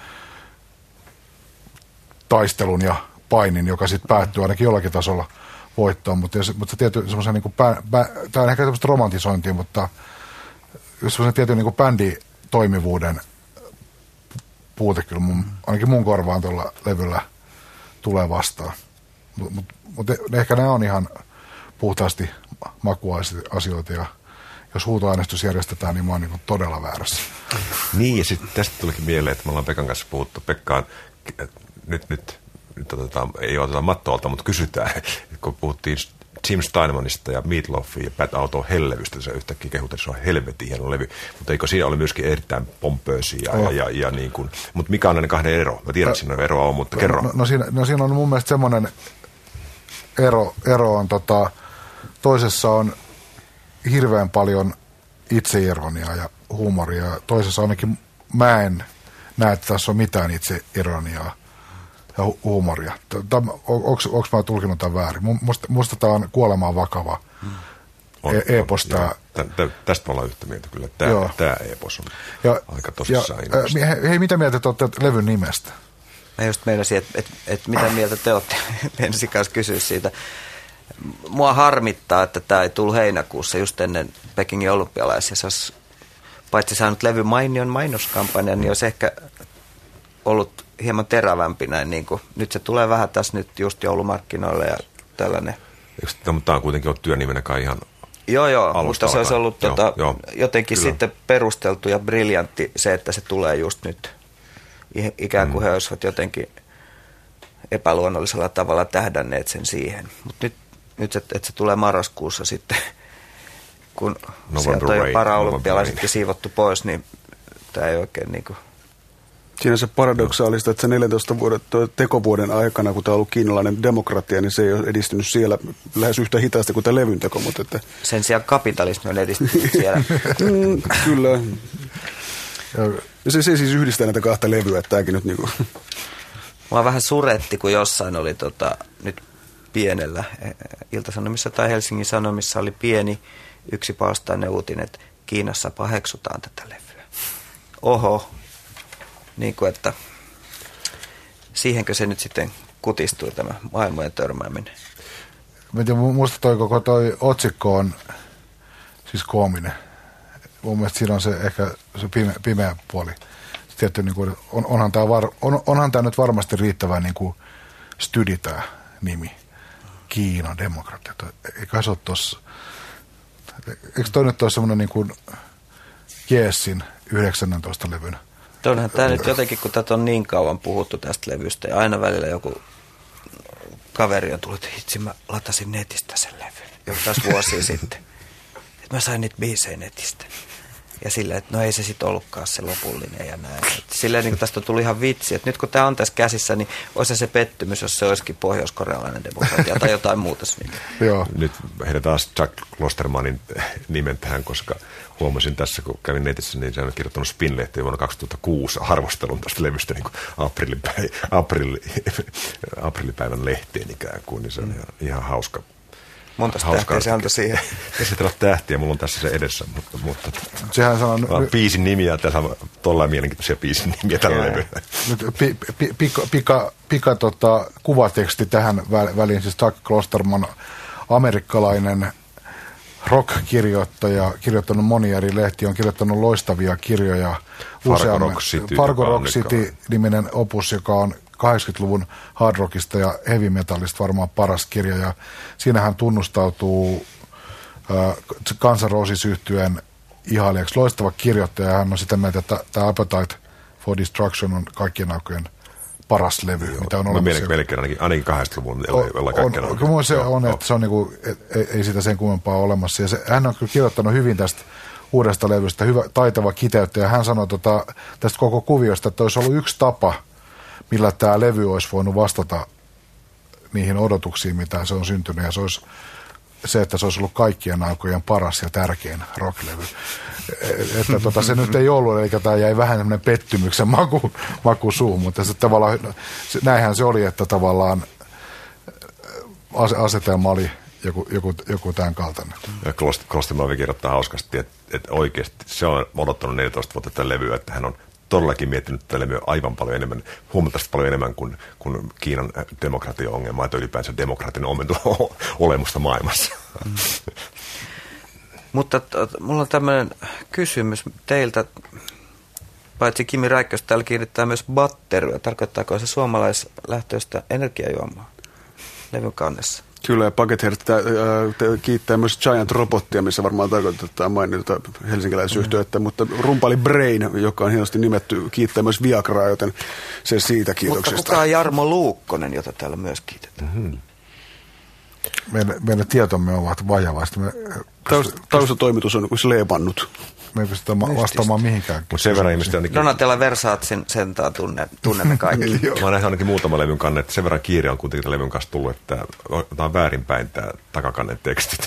taistelun ja painin, joka sitten päättyy ainakin jollakin tasolla voittoon, mutta, mutta se tietty semmoisen niin kuin, tämä on ehkä semmoista romantisointia, mutta semmoisen tietyn niin kuin bänditoimivuuden puute kyllä mun, ainakin mun korvaan tuolla levyllä tulee vastaan. Mutta mut, mut ehkä nämä on ihan puhtaasti makuasioita ja jos huutoäänestys järjestetään, niin mä oon niin todella väärässä. Niin ja sitten tästä tulikin mieleen, että me ollaan Pekan kanssa puhuttu. Pekkaan, nyt, nyt Nyt otetaan, ei oteta mattoalta, mutta kysytään, kun puhuttiin Jim Steinmanista ja Meat Loafia ja Pat Auton Hellevystä, se yhtäkkiä kehut, että se on helvetin hieno levy. Mutta eikö siinä ole myöskin erittäin pompöösiä ja, ja, ja niin kuin, mutta mikä on näiden kahden ero? Mä tiedän, että siinä eroa on, mutta kerro. No, no, siinä, no siinä on mun mielestä semmoinen ero, ero on tota, toisessa on hirveän paljon itseironiaa ja huumoria, toisessa ainakin mä en näe, että tässä on mitään itseironiaa ja hu- huumoria. Onko mä tulkinut tämän väärin? Musta, musta tämä on kuolemaan vakava on, e- epos. Tää. Tä, tästä me ollaan yhtä mieltä kyllä. Tämä, tämä epos on ja, aika tosissaan ja, hei, hei, mitä mieltä te olette levyn nimestä? Mä just meinasin, että et, et, mitä mieltä te olette. Ensin kanssa kysyä siitä. Mua harmittaa, että tämä ei tullut heinäkuussa just ennen Pekingin olympialaisia. Se olisi paitsi saanut levy mainion mainoskampanjan, niin olisi ehkä ollut hieman terävämpi näin. Niin kuin, nyt se tulee vähän tässä nyt just joulumarkkinoille ja tällainen. Eikö tämä on kuitenkin ollut työnimenä kai ihan Joo, joo, mutta se olisi ollut joo, tota, joo, jotenkin kyllä. Sitten perusteltu ja briljantti se, että se tulee just nyt. Ikään kuin mm. he olisivat jotenkin epäluonnollisella tavalla tähdänneet sen siihen. Mutta nyt, nyt että et se tulee marraskuussa sitten, kun November sieltä on jo rain, paraolympialaisetkin siivottu pois, niin tämä ei oikein niin kuin Siinä se paradoksaalista, että se neljäntoista vuoden, tekovuoden aikana, kun tämä on ollut kiinalainen demokratia, niin se ei ole edistynyt siellä lähes yhtä hitaasti kuin tämä levyn teko. Mutta että... Sen sijaan kapitalismi on edistynyt siellä. mm, kyllä. Ja se, se siis yhdistää näitä kahta levyä, että tämäkin nyt niin kuin... Mua vähän suretti, kun jossain oli tota, nyt pienellä Ilta-Sanomissa tai Helsingin Sanomissa oli pieni yksipalstainen uutinen, että Kiinassa paheksutaan tätä levyä. Oho. Niin kuin, että siihenkö se nyt sitten kutistui tämä maailmojen törmääminen? Minusta toi koko toi otsikko on siis koominen. Mun mielestä siinä on se ehkä se pimeä, pimeä puoli. Tietty, niin kuin, on, onhan tämä var, on, onhan tämä nyt varmasti riittävän niin kuin stydi tämä nimi. Kiinan demokratia. Eikä se ole tuossa. Eikö toi nyt ole semmoinen niin kuin Jeesin yhdeksännentoista levyn? Onhan tämä nyt jotenkin, kun tätä on niin kauan puhuttu tästä levystä ja aina välillä joku kaveri on tullut, että hitsi mä latasin netistä sen levyn jo taas vuosia sitten. Että mä sain niitä biisejä netistä. Ja silleen, että no ei se sitten ollutkaan se lopullinen ja näin. Et silleen niin kuin tästä on tullut ihan vitsi, että nyt kun tämä on tässä käsissä, niin olisi se pettymys, jos se olisikin pohjois-korealainen demokratia tai jotain muuta. Joo. Nyt heidän taas Chuck Klostermanin nimen tähän, koska huomasin tässä, kun kävin netissä, niin se on kirjoittanut Spin-lehteen vuonna kaksituhattakuusi arvostelun tästä levystä niin kuin aprillipäivän, aprilli, aprillipäivän lehteen ikään kuin, niin se on ihan, ihan hauska. Monta tähtiä se antoi siihen. Esitellä tähtiä, mulla on tässä se edessä, mutta, mutta sehän sanoo, n- biisin nimiä, tässä on tollain mielenkiintoisia biisin nimiä tällä levyllä. Nyt pi, pi, pika, pika, pika tota, kuvateksti tähän väliin, siis Chuck Klosterman, amerikkalainen rock-kirjoittaja, kirjoittanut monia eri lehtiä, on kirjoittanut loistavia kirjoja. Fargo Rock City. Fargo Rock City-niminen opus, joka on kahdeksankymmentäluvun hard rockista ja heavy metallista varmaan paras kirja. Ja siinä hän tunnustautuu äh, Guns N' Roses-yhtyeen ihailijaksi. Loistava kirjoittaja. Hän on sitä mieltä, että tämä Appetite for Destruction on kaikkien aikojen paras levy, joo, mitä on olemassa. Melkein ainakin, ainakin kahdeksankymmentäluvun, ellei kaikkea. On, on, se on, että se on niinku, ei, ei sitä sen kummempaa olemassa. Ja se, hän on kyllä kirjoittanut hyvin tästä uudesta levystä, hyvä, taitava kiteyttäjä. Hän sanoi tota, tästä koko kuviosta, että olisi ollut yksi tapa, millä tämä levy olisi voinut vastata niihin odotuksiin, mitä se on syntynyt. Ja se olisi se, että se olisi ollut kaikkien aikojen paras ja tärkein rocklevy. Että tota, se nyt ei ollut, eli tämä jäi vähän semmoinen pettymyksen maku, maku suun, mutta se tavallaan, se, näinhän se oli, että tavallaan asetelma oli joku, joku, joku tämän kaltainen. Ja Klosterman kirjoittaa hauskasti, että, että oikeasti se on odottanut neljätoista vuotta tätä levyä, että hän on todellakin miettinyt tätä levyä aivan paljon enemmän, huomattavasti paljon enemmän kuin, kuin Kiinan demokratia-ongelmaa, että ylipäänsä demokraattinen olemusta maailmassa. Mm. Mutta t- mulla on tämmöinen kysymys teiltä, paitsi Kimi Räikköstä, täällä kiinnittää myös batteria. Tarkoittaako se suomalaislähtöistä energiajuomaa levyn kannessa? Kyllä, ja Buckethead kiittää myös Giant Robottia, missä varmaan tarkoitetaan mainita helsinkiläisyhtiöitä, mm. mutta rumpali Brain, joka on hienosti nimetty, kiittää myös Viagraa, joten se siitä kiitoksesta. Mutta kuka on Jarmo Luukkonen, jota täällä myös kiitetään? Mm-hmm. Meidän, meidän tietomme ovat vajavaista. Me, Taustatoimitus on sleepannut. Me ei pystytä vastaamaan mihinkään. Mutta sen verran ihmistä ainakin... Donatella Versatsin sentaan tunne, tunnemme kaikki. Mä oon nähnyt ainakin muutama levyn kanne, että sen verran kiire on kuitenkin levyn kanssa tullut, että tämä on väärinpäin tämä takakannen teksti.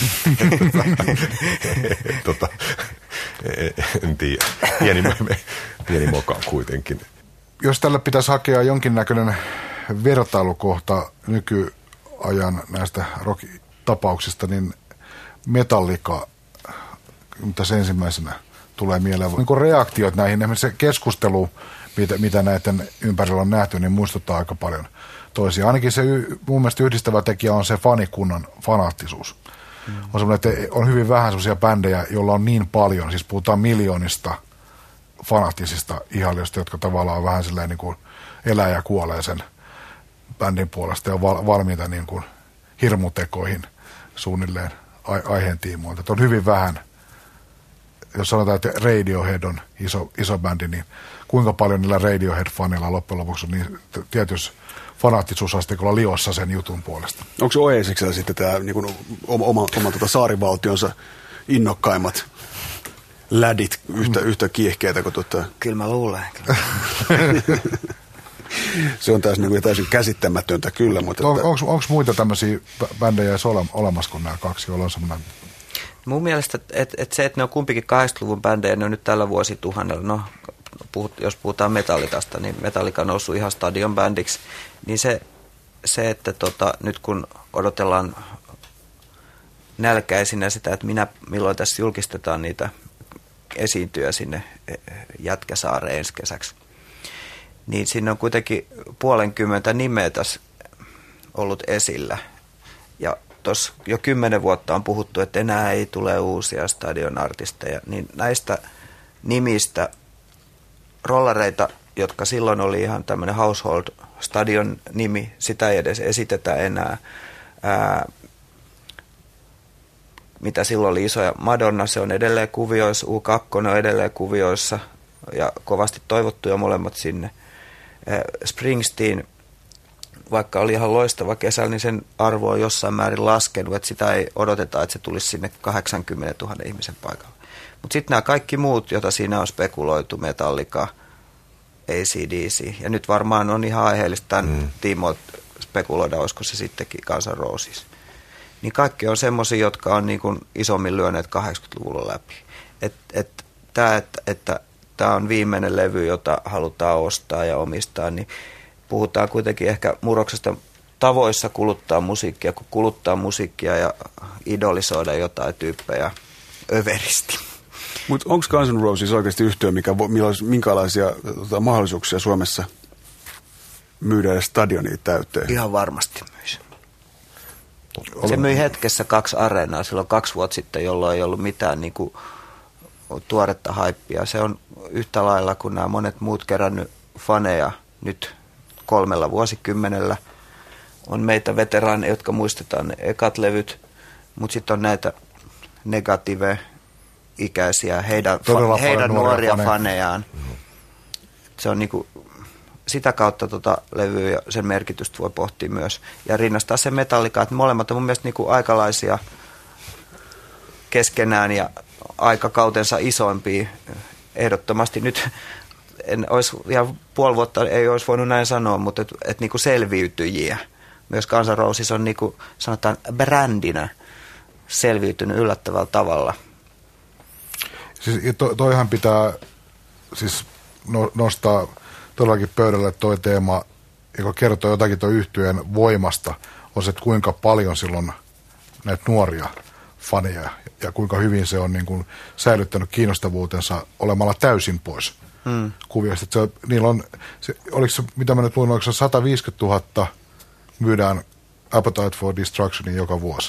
tota, en tiedä. Pieni, pieni moka kuitenkin. Jos tällä pitäisi hakea jonkinnäköinen vertailukohta nykyajan näistä rock-tapauksista, niin Metallica, mitä se ensimmäisenä tulee mieleen. Niin kuin reaktiot näihin, esimerkiksi se keskustelu, mitä, mitä näiden ympärillä on nähty, niin muistuttaa aika paljon toisiaan. Ainakin se mun mielestä yhdistävä tekijä on se fanikunnan fanaattisuus. Mm. On semmoinen, että on hyvin vähän sellaisia bändejä, joilla on niin paljon, siis puhutaan miljoonista fanaattisista ihailijoista, jotka tavallaan on vähän silleen niin kuin elää ja kuolee sen bändin puolesta ja val, valmiita niin kuin hirmutekoihin suunnilleen aiheen tiimoilta. Että on hyvin vähän, jos sanotaan, että Radiohead on iso, iso bändi, niin kuinka paljon niillä Radiohead-fanilla loppujen lopuksi on niin tietysti fanaattisuusasteikolla liossa sen jutun puolesta. Onko Oasiksella sitten tämä niin kuin oma, oma, oma tota saarivaltionsa innokkaimmat lädit yhtä, mm. yhtä kiihkeitä kuin tota... Kyllä mä luulen. Se on taas niin täysin käsittämätöntä kyllä. Mutta on, että... Onko muita tämmöisiä bändejä edes ole, olemassa kuin nämä kaksi, joilla on semmoinen... Mun mielestä et, et se, että ne on kumpikin kahdeksankymmentäluvun bändejä, ne on nyt tällä vuosituhannella, no puhut, jos puhutaan Metallicasta, niin Metallica on noussut ihan stadion bändiksi, niin se, se että tota, nyt kun odotellaan nälkäisinä sitä, että minä, milloin tässä julkistetaan niitä esiintyjä sinne Jätkäsaareen ensi kesäksi, niin siinä on kuitenkin puolenkymmentä nimeä tässä ollut esillä. Ja tuossa jo kymmenen vuotta on puhuttu, että enää ei tule uusia stadionartisteja, niin näistä nimistä rollareita, jotka silloin oli ihan tämmöinen household stadion nimi, sitä ei edes esitetä enää. Ää, mitä silloin oli isoja. Madonna, se on edelleen kuvioissa, U kaksi on edelleen kuvioissa ja kovasti toivottuja molemmat sinne. Springsteen, vaikka oli ihan loistava kesä, niin sen arvo on jossain määrin laskenut, että sitä ei odoteta, että se tulisi sinne kahdeksankymmentätuhatta ihmisen paikalle. Mutta sitten nämä kaikki muut, joita siinä on spekuloitu, Metallica, A C D C, ja nyt varmaan on ihan aiheellista tämän mm. tiimoilta spekuloida, olisiko se sittenkin Guns N' Roses. Niin kaikki on semmoisia, jotka on niin kuin isommin lyöneet kahdeksankymmentäluvulla läpi. Että et, tämä, että, että tämä on viimeinen levy, jota halutaan ostaa ja omistaa, niin puhutaan kuitenkin ehkä murroksesta tavoissa kuluttaa musiikkia, kun kuluttaa musiikkia ja idolisoida jotain tyyppejä överisti. Mutta onko Guns N' Roses oikeasti yhtiö, mikä, minkälaisia tota, mahdollisuuksia Suomessa myydä stadionia täyteen? Ihan varmasti myisi. Se myi hetkessä kaksi areenaa silloin kaksi vuotta sitten, jolloin ei ollut mitään niin kuin tuoretta haippia. Se on yhtä lailla kuin nämä monet muut kerännyt faneja nyt kolmella vuosikymmenellä. On meitä veteraaneja, jotka muistetaan ne ekat levyt, mutta sitten on näitä negative-ikäisiä, heidän, fa- heidän nuoria faneja. fanejaan. Se on niinku, sitä kautta tota levyä ja sen merkitystä voi pohtia myös. Ja rinnastaa sen Metallica, että molemmat on mun mielestä niinku aikalaisia keskenään ja aikakautensa isoimpia. Ehdottomasti nyt en olisi ihan puoli vuotta ei olisi voinut näin sanoa, mutta et, et niinku selviytyjiä. Myös Guns N' Roses on niinku, sanotaan brändinä selviytynyt yllättävällä tavalla. Siis to, toihan pitää siis no, nostaa todellakin pöydälle toi teema, joka kertoo jotakin tuon yhtyeen voimasta, on se, että kuinka paljon silloin näitä nuoria faneja ja kuinka hyvin se on niin kuin säilyttänyt kiinnostavuutensa olemalla täysin pois hmm. kuvioista. Se, niillä on, se, oliko se, mitä mä nyt luin, oliko se sata viisikymmentätuhatta myydään Appetite for Destructionin joka vuosi,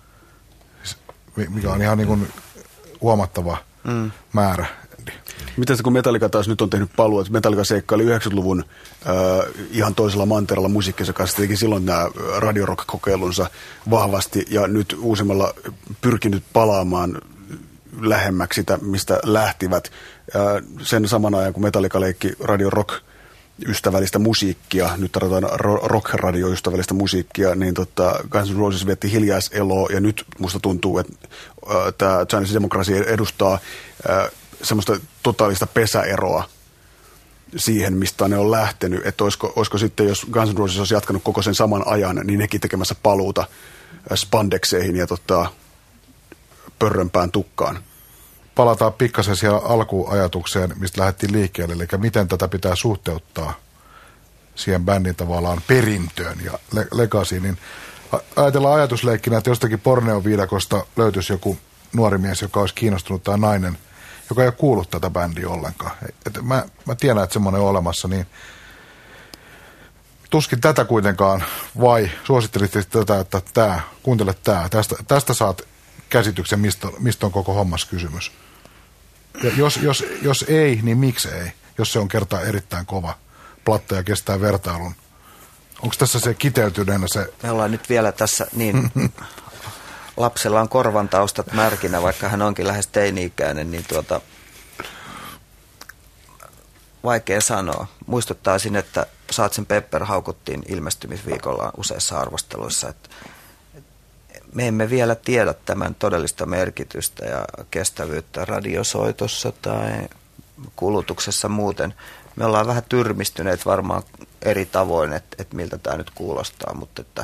mikä on ihan niin kuin huomattava hmm. määrä. Miten se, kun Metallica taas nyt on tehnyt paluu, että Metallica seikkaili yhdeksänkymmentäluvun äh, ihan toisella mantereella musiikkinsa kanssa, teki silloin nämä radiorock-kokeilunsa vahvasti ja nyt uusimmalla pyrkinyt palaamaan lähemmäksi sitä, mistä lähtivät. Äh, sen saman ajan, kun Metallica leikki radiorock-ystävällistä musiikkia, nyt tarvitaan rock-radio-ystävällistä musiikkia, niin tota, Guns N' Roses vietti hiljaiseloa ja nyt musta tuntuu, että äh, tämä Chinese Democracy edustaa äh, semmoista totaalista pesäeroa siihen, mistä ne on lähtenyt. Että olisiko, olisiko sitten, jos Guns N' Roses olisi jatkanut koko sen saman ajan, niin nekin tekemässä paluuta spandekseihin ja tota, pörrönpään tukkaan. Palataan pikkasen siellä alkuajatukseen, mistä lähdettiin liikkeelle, eli miten tätä pitää suhteuttaa siihen bändin tavallaan perintöön ja le- legasiin. Niin ajatellaan ajatusleikkinä, että jostakin Borneon viidakosta löytyisi joku nuori mies, joka olisi kiinnostunut tai nainen, joka ei ole kuullut tätä bändiä ollenkaan. Et mä, mä tiedän, että semmoinen on olemassa, niin tuskin tätä kuitenkaan, vai suosittelitte tätä, että tää, kuuntele tää, tästä, tästä saat käsityksen, mistä, mistä on koko hommas kysymys. Ja jos, jos, jos ei, niin miksi ei, jos se on kertaa erittäin kova platta ja kestää vertailun. Onko tässä se kiteytyneenä se... Me ollaan nyt vielä tässä niin... Lapsella on korvan taustat märkinä, vaikka hän onkin lähes teini-ikäinen, niin tuota, vaikea sanoa. Muistuttaisin, että Sergeant Pepper haukuttiin ilmestymisviikolla useissa arvosteluissa. Että me emme vielä tiedä tämän todellista merkitystä ja kestävyyttä radiosoitossa tai kulutuksessa muuten. Me ollaan vähän tyrmistyneet varmaan eri tavoin, että, että miltä tämä nyt kuulostaa, mutta että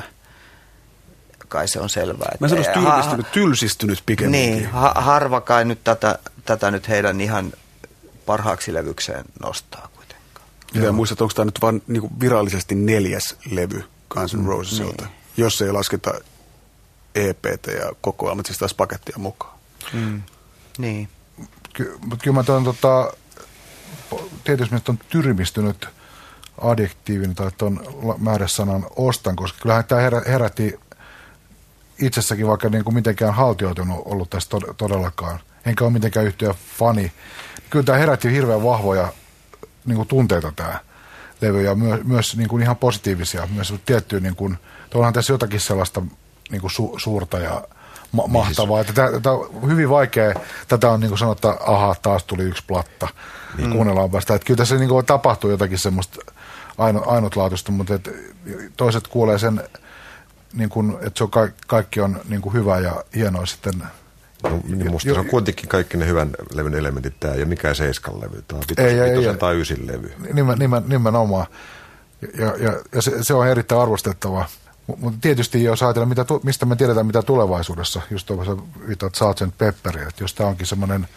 kai se on selvää. Että mä sanoisin tyrmistynyt, ha- tylsistynyt pikemminkin. Niin, ha- harva kai nyt tätä, tätä nyt heidän ihan parhaaksi levykseen nostaa kuitenkaan. Ja muistat, onko tämä nyt vain niin virallisesti neljäs levy Guns N' Rosesilta, niin. Jos ei lasketa E P:tä ja kokoelmat, siis taas pakettia mukaan. Mm. Niin. Ky- mutta kyllä mä tuon tota, tietysti on tyrmistynyt adjektiivin tai tuon määräsanan ostan, koska kyllähän tämä herätti itsessäkin, vaikka niin kuin mitenkään haltioitunut ollut tässä todellakaan. Enkä ole mitenkään yhtyä fani. Kyllä tämä herätti hirveän vahvoja niin kuin tunteita tämä levy ja myö, myös niin kuin ihan positiivisia. Myös tiettyä, niin kuin, onhan tässä jotakin sellaista niin kuin su, suurta ja ma- mahtavaa. Että tämä, tämä on hyvin vaikea. Tätä on niin kuin sanottu, että aha, taas tuli yksi platta. Niin. Kuunnellaanpa sitä. Että kyllä tässä niin kuin tapahtuu jotakin semmoista aino, ainutlaatuista, mutta että toiset kuulee sen, niin kuin, että se on ka- kaikki on niin kuin hyvä ja hienoa sitten. No, niin musta jo, se on kuitenkin kaikki ne hyvän levyn elementit. Tämä ei ole mikään seiskan levy. Tämä on ei, vitosen ei, tai ysin levy. Nimen, nimen, nimenomaan. Ja, ja, ja se, se on erittäin arvostettavaa. Mutta tietysti jos ajatellaan, mitä, mistä me tiedetään mitä tulevaisuudessa, just tuossa viittaat sergeant Pepperia, että jos tämä onkin semmoinen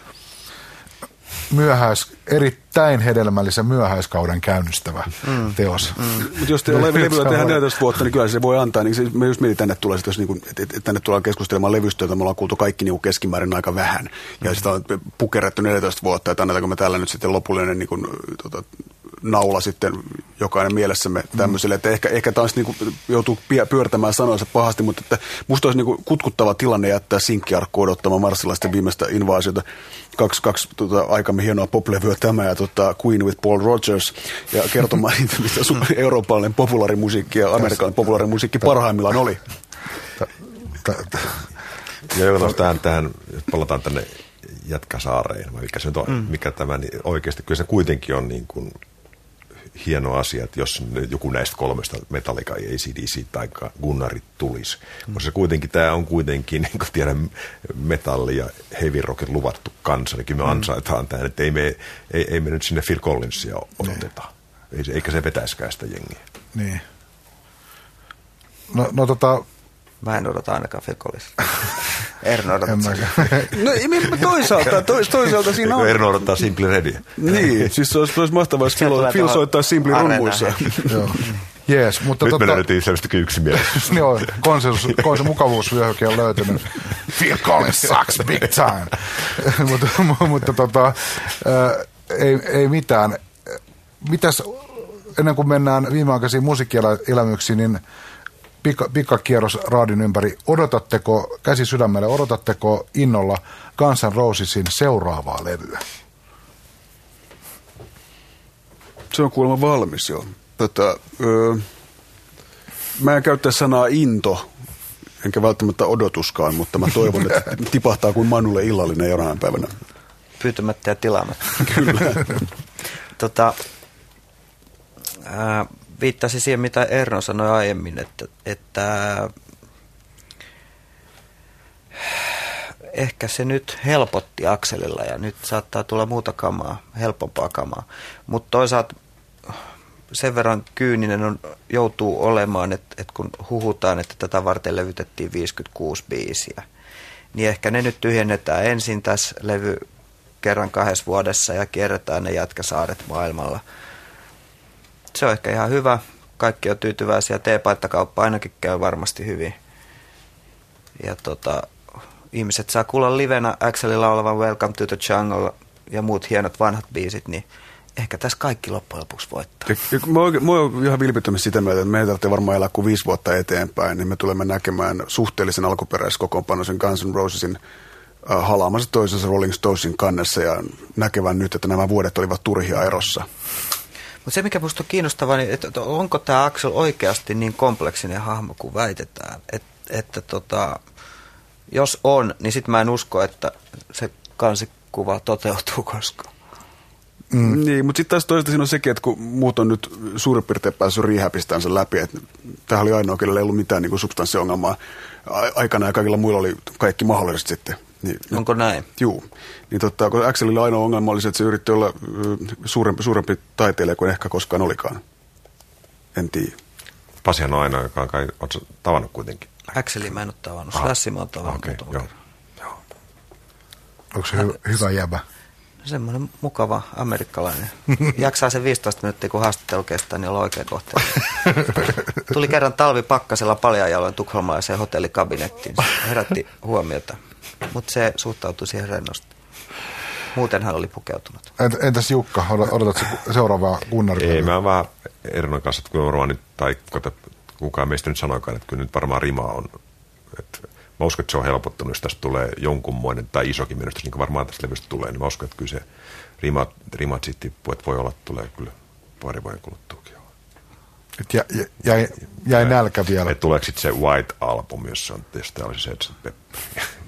myöhäis, erittäin hedelmällisen myöhäiskauden käynnistävä mm. teos. Mm. Mutta jos teillä on levyä tehdään neljätoista vuotta, niin kyllä se voi antaa. Niin se, me just mietin, tänne tulee, jos niinku, että et, et tänne tullaan keskustelemaan levystä, jota me ollaan kuultu kaikki niinku keskimäärin aika vähän. Ja mm. sitä on pukerrettu neljätoista vuotta, että annetaanko me täällä nyt sitten lopullinen niinku, tota, naula sitten jokainen mielessämme tämmöiselle, että ehkä, ehkä taas niinku joutuu pyörtämään sanoinsa pahasti, mutta että musta olisi niinku kutkuttava tilanne jättää sinkkiarkku odottamaan marssilaisten viimeistä invaasiota. Kaksi, kaksi tota, aikamme hienoa pop-levyä tämä ja tota, Queen with Paul Rogers ja kertomaan niitä, mistä eurooppalainen populaarimusiikki ja amerikkalainen populaarimusiikki parhaimmillaan oli. Ja joka tähän, tähän, jos palataan tänne Jätkäsaareen, mikä, se on, mm. mikä tämä niin oikeasti, kyllä se kuitenkin on niin kuin hieno asia, että jos joku näistä kolmesta Metallica, A C D C tai Gunnarit tulisi. Mm. Koska se kuitenkin, tämä on kuitenkin, niin kuin tiedän, metalli ja heavy rockin luvattu kansa, niin me mm. ansaitaan tämän, että ei me, ei, ei me nyt sinne Phil Collinsia odoteta. Niin. Eikä se vetäiskään sitä jengiä. Niin. No, no tota... Mä en odota ainakaan Phil Collinsia. Erno odottaa. No toisaalta, tois, toisaalta siinä on. Erno odottaa Simply Readyä. Niin, siis se olisi, se olisi mahtavaa, jos Phil, Phil soittaa Simply rummuissa. Joo. Jees, mutta nyt tota... mennään nyt ilmeisesti yksimielisesti. Joo, konsensus, konsensus, mukavuusvyöhyke on löytynyt. Phil Collins sucks big time. mutta mutta tota, äh, ei, ei mitään. Mitäs, ennen kuin mennään viimeaikaisiin musiikkielämyksiin, niin Pika, pikkakierros raadin ympäri. Odotatteko, käsi sydämelle, odotatteko innolla Guns N' Rosesin seuraavaa levyä? Se on kuulemma valmis, joo. Tota, öö, mä en käyttää sanaa into, enkä välttämättä odotuskaan, mutta mä toivon, että tipahtaa kuin Manulle illallinen jonain päivänä. Pyytämättä ja tilaamatta. Kyllä. tota, ää, viittasi siihen, mitä Erno sanoi aiemmin, että, että ehkä se nyt helpotti Akselilla ja nyt saattaa tulla muuta kamaa, helpompaa kamaa. Mutta toisaalta sen verran kyyninen on, joutuu olemaan, että, että kun huhutaan, että tätä varten levytettiin viisikymmentäkuusi biisiä, niin ehkä ne nyt tyhjennetään ensin tässä levy kerran kahdessa vuodessa ja kierretään ne Jätkäsaaret maailmalla. Se on ehkä ihan hyvä. Kaikki on tyytyväisiä. Teepaitakauppa ainakin käy varmasti hyvin. Ja tota, ihmiset saa kuulla livenä Axelilla olevan Welcome to the Jungle ja muut hienot vanhat biisit, niin ehkä tässä kaikki loppujen lopuksi voittaa. Ja, mä oon ihan vilpittömästi sitä mieltä, että meidän tarvitsee varmaan elää kuin viisi vuotta eteenpäin, niin me tulemme näkemään suhteellisen alkuperäiskokoonpanoisen Guns N' Rosesin uh, halaamassa toisensa Rolling Stonesin kannessa ja näkevän nyt, että nämä vuodet olivat turhia erossa. Mutta se, mikä minusta on kiinnostavaa, niin että onko tämä Axl oikeasti niin kompleksinen hahmo kuin väitetään? Et, että tota, jos on, niin sitten mä en usko, että se kansikuva toteutuu koskaan. Mm. Niin, mutta sitten taas toisaalta siinä on sekin, että kun muut on nyt suurin piirtein päässyt rehabistansa läpi, että tämähän oli ainoa, kenellä ei ollut mitään niin kuin substanssiongelmaa aikana ja kaikilla muilla oli kaikki mahdolliset sitten. Niin, Onko näin? Juu. Niin totta, kun Axelilla ainoa ongelma oli se, että se yritti olla suurempi, suurempi taiteilija kuin ehkä koskaan olikaan. En tiedä. Pasihan on ainoa, joka on kai, ootko tavannut kuitenkin? Axelia mä en ole tavannut. Slashia mä oon tavannut. Okay, joo. Joo. Onko se hy- hyvä jäbä? Semmoinen mukava amerikkalainen. Jaksaa sen viisitoista minuuttia, kun haastattelu kestää, niin on oikein kohtelu. Tuli kerran talvipakkasella paljaanjaloin tukholmalaiseen hotellikabinettiin. Se herätti huomiota, mutta se suhtautui siihen rennosti. Muuten hän oli pukeutunut. Entäs Jukka, odotatko seuraavaa Gunnaria? Ei, mä oon vähän Erinon kanssa, että kun varmaan nyt, tai kukaan meistä nyt sanoikaan, että kyllä nyt varmaan rima on, että mä uskon, että se on helpottunut, jos tästä tulee jonkunmoinen tai isokin menestys, niin kuin varmaan tästä levystä tulee, niin mä uskon, että kyllä se rimat, rimat sitten tippuu, että voi olla, että tulee kyllä pari vuoden kuluttuukin. Et jä, jä, jäi, jäi nälkä vielä. Että tuleeko sitten se White Album, jossa on, jos tämä olisi se, että Pepper.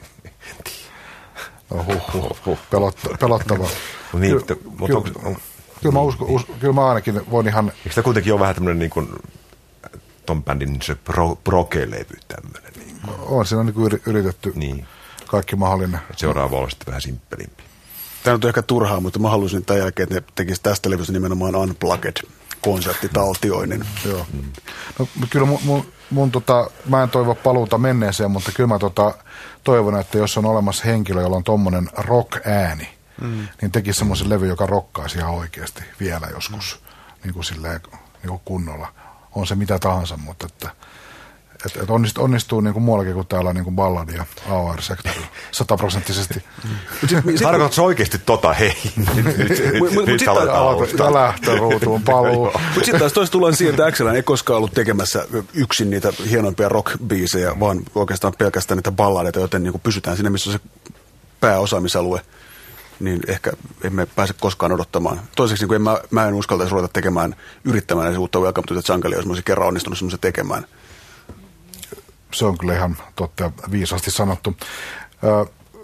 No huh, huh, huh. Pelotta, pelottavaa. No niin, Ky- te, kyllä, onko, on, kyllä, mä usko, us, kyllä mä ainakin voin ihan... Eikö tämä kuitenkin ole vähän tämmöinen niin kuin ton bändin se pro, proge-levy tämmöinen? Niin on siinä niin kuin yritetty niin. Kaikki mahdollinen. Et seuraava on sitten vähän simppelimpi. Tämä on ehkä turhaa, mutta mä haluaisin tämän jälkeen, että ne tekisivät tästä levystä nimenomaan Unplugged-konserttitaltioinen. Joo. No, kyllä mun, mun, mun tota, mä en toivo paluuta menneeseen, mutta kyllä mä tota, toivon, että jos on olemassa henkilö, jolla on tommonen rock-ääni, mm. niin tekisi semmoisen levy, joka rokkaisi ihan oikeasti vielä joskus mm. niin kuin silleen, niin kuin kunnolla. On se mitä tahansa, mutta että et, et onnistuu, onnistuu niin kuin muuallakin kuin täällä niin kuin balladi ja A R-sektorilla sataprosenttisesti. Tarkoitatko se oikeasti tota, hei? Nyt aletaan alustaa. Ja lähtöruutuun paluu. Mutta sitten taas toista tullaan siihen, että Axel ei koskaan ollut tekemässä yksin niitä hienompia rock-biisejä, vaan oikeastaan pelkästään niitä balladeita, joten niin kuin pysytään siinä, missä on se pääosaamisalue. Niin ehkä emme pääse koskaan odottamaan. Toiseksi niin en mä, mä en uskaltaisi ruveta tekemään, yrittämään uutta Welcome to the Jungle, jos mä olisin kerran onnistunut semmoisen tekemään. Se on kyllä ihan totta ja viisaasti sanottu. Uh,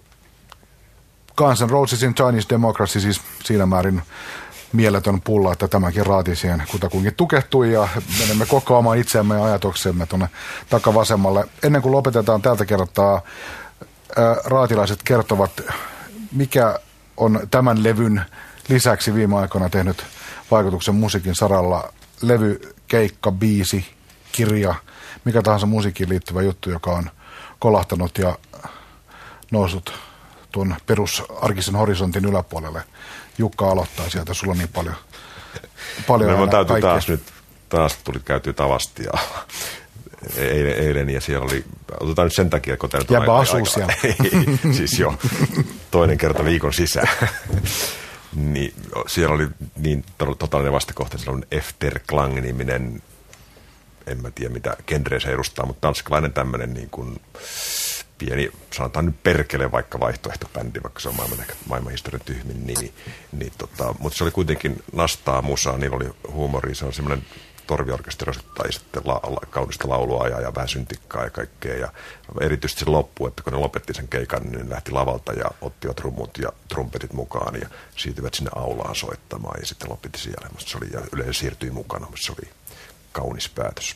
Guns N' Rosesin Chinese Democracy siis siinä määrin mieletön pulla, että tämäkin raati siihen kutakuinkin tukehtui ja menemme kokoamaan itseämme ja ajatuksemme tuonne takavasemmalle. Ennen kuin lopetetaan tältä kertaa, uh, raatilaiset kertovat, mikä on tämän levyn lisäksi viime aikoina tehnyt vaikutuksen musiikin saralla. Levy, keikka, biisi, kirja, mikä tahansa musiikkiin liittyvä juttu, joka on kolahtanut ja noussut tuon perusarkisen horisontin yläpuolelle. Jukka aloittaa sieltä, sulla on niin paljon, paljon me täytyy taas nyt, taas tuli käytyä tavasti ja eilen, eilen ja siellä oli, otetaan nyt sen takia, kun täällä Jäbä asuu siellä. Siis jo toinen kerta viikon sisään. Niin, siellä oli niin totaalinen vastakohta, siellä on Efterklang-niminen, en mä tiedä mitä genreä se edustaa, mutta tanskalainen tämmöinen niin kuin pieni, sanotaan nyt perkele vaikka vaihtoehtobändi, vaikka se on maailman, ehkä maailman historian tyhmin nimi. Niin, tota, mutta se oli kuitenkin nastaa musaa, niillä oli huumoria, se on semmoinen torviorkesteri osittain sitten la, la, kaunista laulua ja, ja vähän syntikkaa ja kaikkea. Ja erityisesti se loppu, että kun ne lopetti sen keikan, niin ne lähti lavalta ja ottivat rummut ja trumpetit mukaan ja siirtyivät sinne aulaan soittamaan ja sitten lopetti siellä. Se oli, ja yleensä siirtyi mukana, mutta se oli kaunis päätös.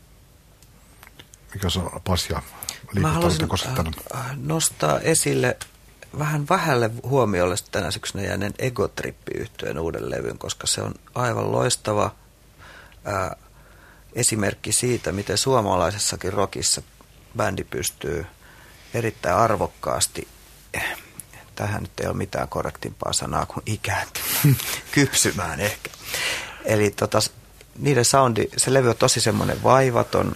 Mikä se on Pasja? Mä haluaisin nostaa esille vähän vähälle huomiolle tänä syksynä jääneen Egotrippi-yhtyeen uuden levyn, koska se on aivan loistava ää, esimerkki siitä, miten suomalaisessakin rockissa bändi pystyy erittäin arvokkaasti, tähän nyt ei ole mitään korrektimpaa sanaa kuin ikääntyä, kypsymään ehkä. Eli tota, niiden soundi, se levy on tosi semmoinen vaivaton,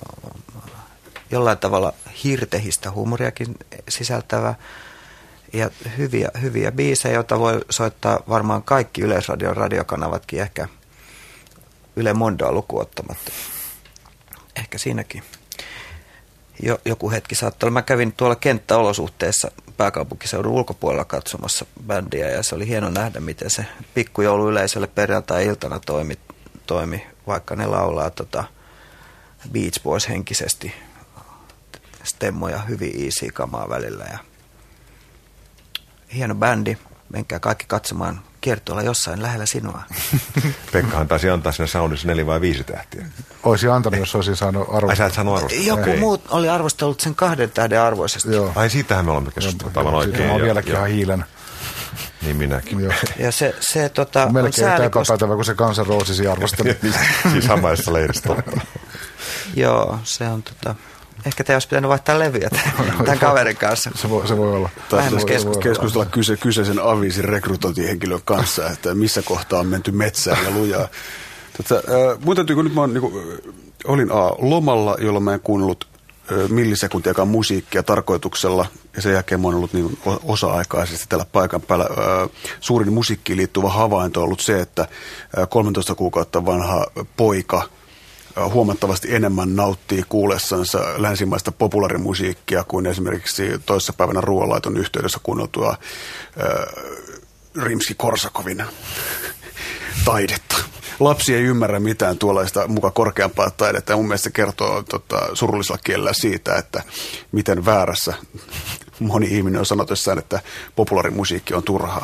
jollain tavalla hirtehistä huumoriakin sisältävä ja hyviä, hyviä biisejä, joita voi soittaa varmaan kaikki Yleisradion radiokanavatkin, ehkä Yle Mondoa lukuun ottamatta. Ehkä siinäkin jo, joku hetki saattaa olla. Mä kävin tuolla kenttäolosuhteessa pääkaupunkiseudun ulkopuolella katsomassa bändiä ja se oli hieno nähdä, miten se pikkujouluyleisölle perjantai-iltana toimi, toimi, vaikka ne laulaa tota Beach Boys henkisesti stemmoja hyvin easy kamaa välillä. Ja hieno bändi, menkää kaikki katsomaan kiertueella jossain lähellä sinua. Pekkahan taisi antaa sinne Soundissa neljä vai viisi tähtiä. Olisi antanut, jos olisi saanut arvostella. Ai sä et saanut arvostella? Joku okay. muut oli arvostellut sen kahden tähden arvoisesti. Joo. Ai siitähän me olemme keskustelleet aivan oikein. Mä oon vieläkin ihan hiilen. Niin minäkin. Joo. Ja se, se tota, on melkein sääli, epäpätävä, kun se Guns N' Rosesin arvosteli. Siis samaisessa leirissä totta. Joo, se on tota... Ehkä te olisi pitänyt vaihtaa levyjä tämän kaverin kanssa. Se voi, se voi olla. Tai kesku- keskustella kyse, kyseisen aviisin rekrytointihenkilön kanssa, että missä kohtaa on menty metsään ja lujaa. Tota, äh, mun täytyy, kun nyt mä oon, niin kuin, olin A, lomalla, jolloin mä en kuunnellut äh, millisekuntiakaan musiikkia tarkoituksella, ja sen jälkeen mä oon ollut niin osa-aikaisesti tällä paikan päällä. Äh, suurin musiikkiin liittyvä havainto on ollut se, että äh, kolmetoista kuukautta vanha poika huomattavasti enemmän nauttii kuullessansa länsimaista populaarimusiikkia kuin esimerkiksi toissapäivänä ruoanlaiton yhteydessä kuunneltua äh, Rimski-Korsakovin taidetta. Lapsi ei ymmärrä mitään tuollaista muka korkeampaa taidetta, ja mun mielestä se kertoo tota, surullisella kielellä siitä, että miten väärässä moni ihminen on sanotessaan, että populaarimusiikki on turhaa.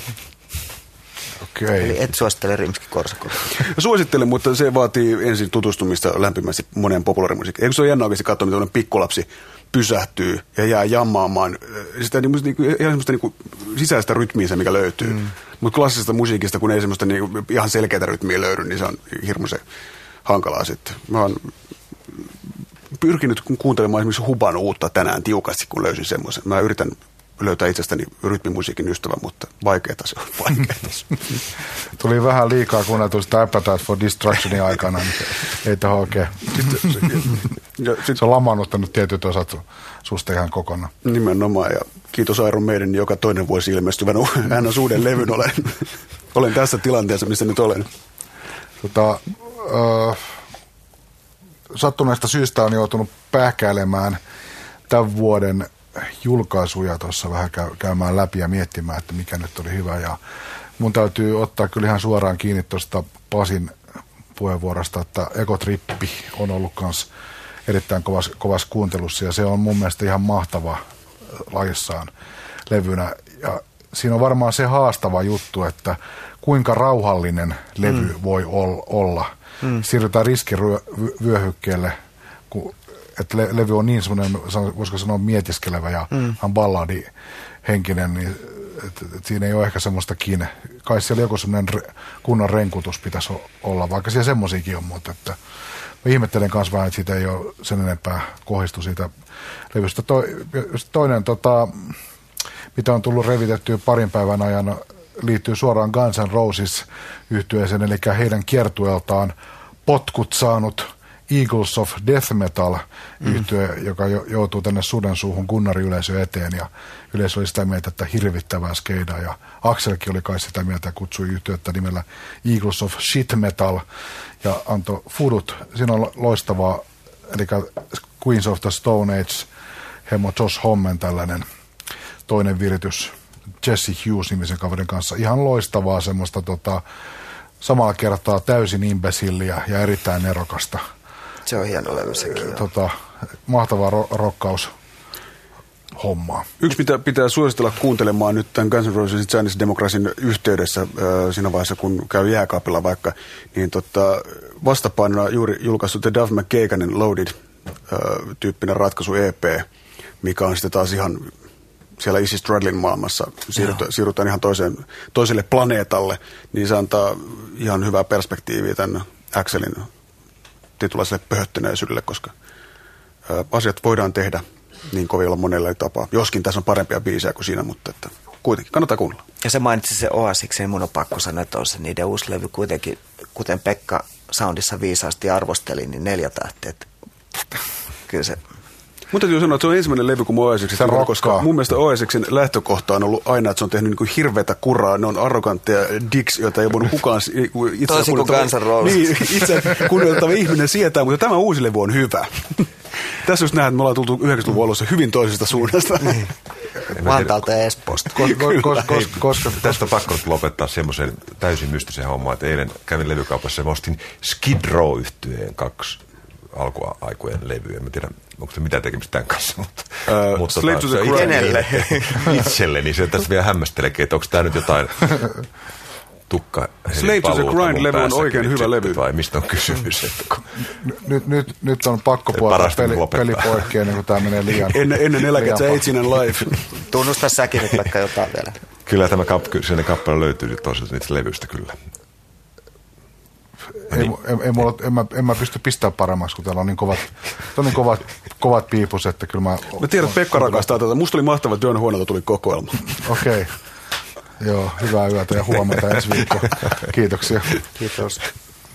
Okay. Eli et suosittele Rimski-Korsakovia. Suosittelen, mutta se vaatii ensin tutustumista lämpimästi moneen populaarimusiikkiin. Eikö se ole jännä oikeasti katsoa, miten tällainen pikkulapsi pysähtyy ja jää jammaamaan sitä niin, niin, ihan semmoista niin, sisäistä rytmiä, mikä löytyy. Mm. Mutta klassisesta musiikista, kun ei semmoista niin, ihan selkeää rytmiä löydy, niin se on hirmuisen hankalaa sitten. Mä oon pyrkinyt kuuntelemaan esimerkiksi Huban uutta tänään tiukasti, kun löysin semmoisen. Mä yritän löytää itsestäni rytmimusiikin ystävä, mutta vaikeeta se on, vaikeeta se on. Tuli vähän liikaa kuunneltu sitä Appetite for Destructionin aikana, niin ei tähän oikein. Se on lamaannuttanut tietyt osat susta ihan kokonaan. Nimenomaan, ja kiitos Iron Maiden joka toinen vuosi ilmestyvän hän on uuden levyn. Olen, olen tässä tilanteessa, missä nyt olen. Tota, äh, sattuneesta syystä on joutunut pähkäilemään tämän vuoden julkaisuja tuossa vähän käymään läpi ja miettimään, että mikä nyt oli hyvä. Ja mun täytyy ottaa kyllä ihan suoraan kiinni tuosta Pasin puheenvuorosta, että Ekotrippi on ollut myös erittäin kovassa, kovassa kuuntelussa, ja se on mun mielestä ihan mahtava lajissaan levynä. Ja siinä on varmaan se haastava juttu, että kuinka rauhallinen levy mm. voi olla. Mm. Siirrytään riskivyöhykkeelle, kun että le- levy on niin semmoinen, voisiko sanoa mietiskelevä ja mm. balladihenkinen, niin et, et siinä ei ole ehkä semmoista kiinni. Kai siellä joku semmoinen re- kunnon renkutus pitäisi olla, vaikka siellä semmoisiakin on, mutta että mä ihmettelen kanssa vähän, että siitä ei ole sen enempää kohdistu siitä levystä. To- toinen, tota, mitä on tullut revitettyä parin päivän ajan, liittyy suoraan Guns N' Roses -yhtyeeseen, eli heidän kiertueeltaan potkut saanut Eagles of Death Metal-yhtye, mm. joka joutuu tänne sudensuuhun Gunnar-yleisö eteen, ja yleisö oli sitä mieltä, että hirvittävää skeidaa, ja Akselkin oli kai sitä mieltä ja kutsui yhtyettä nimellä Eagles of Shit Metal, ja antoi fudut. Siinä on loistavaa, eli Queens of the Stone Age, hemmo Josh Hommen tällainen toinen viritys Jesse Hughes-nimisen kaverin kanssa. Ihan loistavaa semmoista tota, samalla kertaa täysin imbesilliä ja erittäin nerokasta. Se on hieno levy sekin. Tota, mahtavaa ro- rokkaus hommaa. Yksi, mitä pitää suositella kuuntelemaan nyt tämän Guns N' Roses Chinese Democracyn yhteydessä, äh, siinä vaiheessa, kun käy jääkaapilla vaikka, niin tota, vastapainona juuri julkaissut The Duff McKaganin Loaded-tyyppinen äh, ratkaisu E P, mikä on sitten taas ihan siellä Izzy Stradlin maailmassa. Siirrytään, siirrytään ihan toiseen, toiselle planeetalle, niin se antaa ihan hyvää perspektiiviä tämän Axelin tietynlaiselle pöhöttyneisyydelle, koska ä, asiat voidaan tehdä niin kovilla monella tapaa. Joskin tässä on parempia biisejä kuin siinä, mutta että kuitenkin kannattaa kuunnella. Ja se mainitsi se Oasiksen, niin mun on pakko sanoa, että on se niiden uusi levy kuitenkin, kuten Pekka Soundissa viisaasti arvosteli, niin neljä tähteä. Kyllä se... Mun täytyy sanoa, että se on ensimmäinen levy, kun mä Oasiksen tulee, koska mun mielestä Oasiksen lähtökohta on ollut aina, että se on tehnyt niin kuin hirveätä kuraa. Ne on arrogantteja dicks, joita ei voinut kukaan itse kunnioittava, niin, itse kunnioittava ihminen sietää, mutta tämä uusi levy on hyvä. Tässä just nähdään, että me ollaan tultu yhdeksänkymmentäluvun alussa hyvin toisesta suunnasta. Vantaalta ja Espoosta. Koska tästä on pakko lopettaa semmoisen täysin mystisen homman, että eilen kävin levykaupassa ja mä ostin Skid Row-yhtyeen kaksi alkuaikojen levy. En tiedä, onko se mitään tekemistä tämän kanssa, mutta, uh, mutta Slave to the Grind. Itselle, niin se tässä vielä hämmästeleekin, että onko tämä nyt jotain tukka. Slave to the Grind-levy on oikein hyvä levy. Vai mistä on kysymys? Nyt, nyt, nyt on pakko puolta peli, pelipoikkeen, niin kun tämä menee liian. Ennen, ennen eläkettä Eitinen Life. Tunnusta säkin nyt vaikka jotain vielä. Kyllä tämä kap, sen kappale löytyy toiselta niistä levyistä kyllä. Ei, niin. ei, ei mulla, en, mä, en mä pysty pistämään paremmaksi, kun täällä on niin kovat, on niin kovat, kovat piipus, että kyllä mä... Mä tiedän, että Pekka rakastaa tätä. Musta oli mahtava, että Työn huoneelta tuli kokoelma. Okei. Okay. Joo, hyvää yötä ja huomenta ensi viikkoa. Kiitoksia. Kiitos.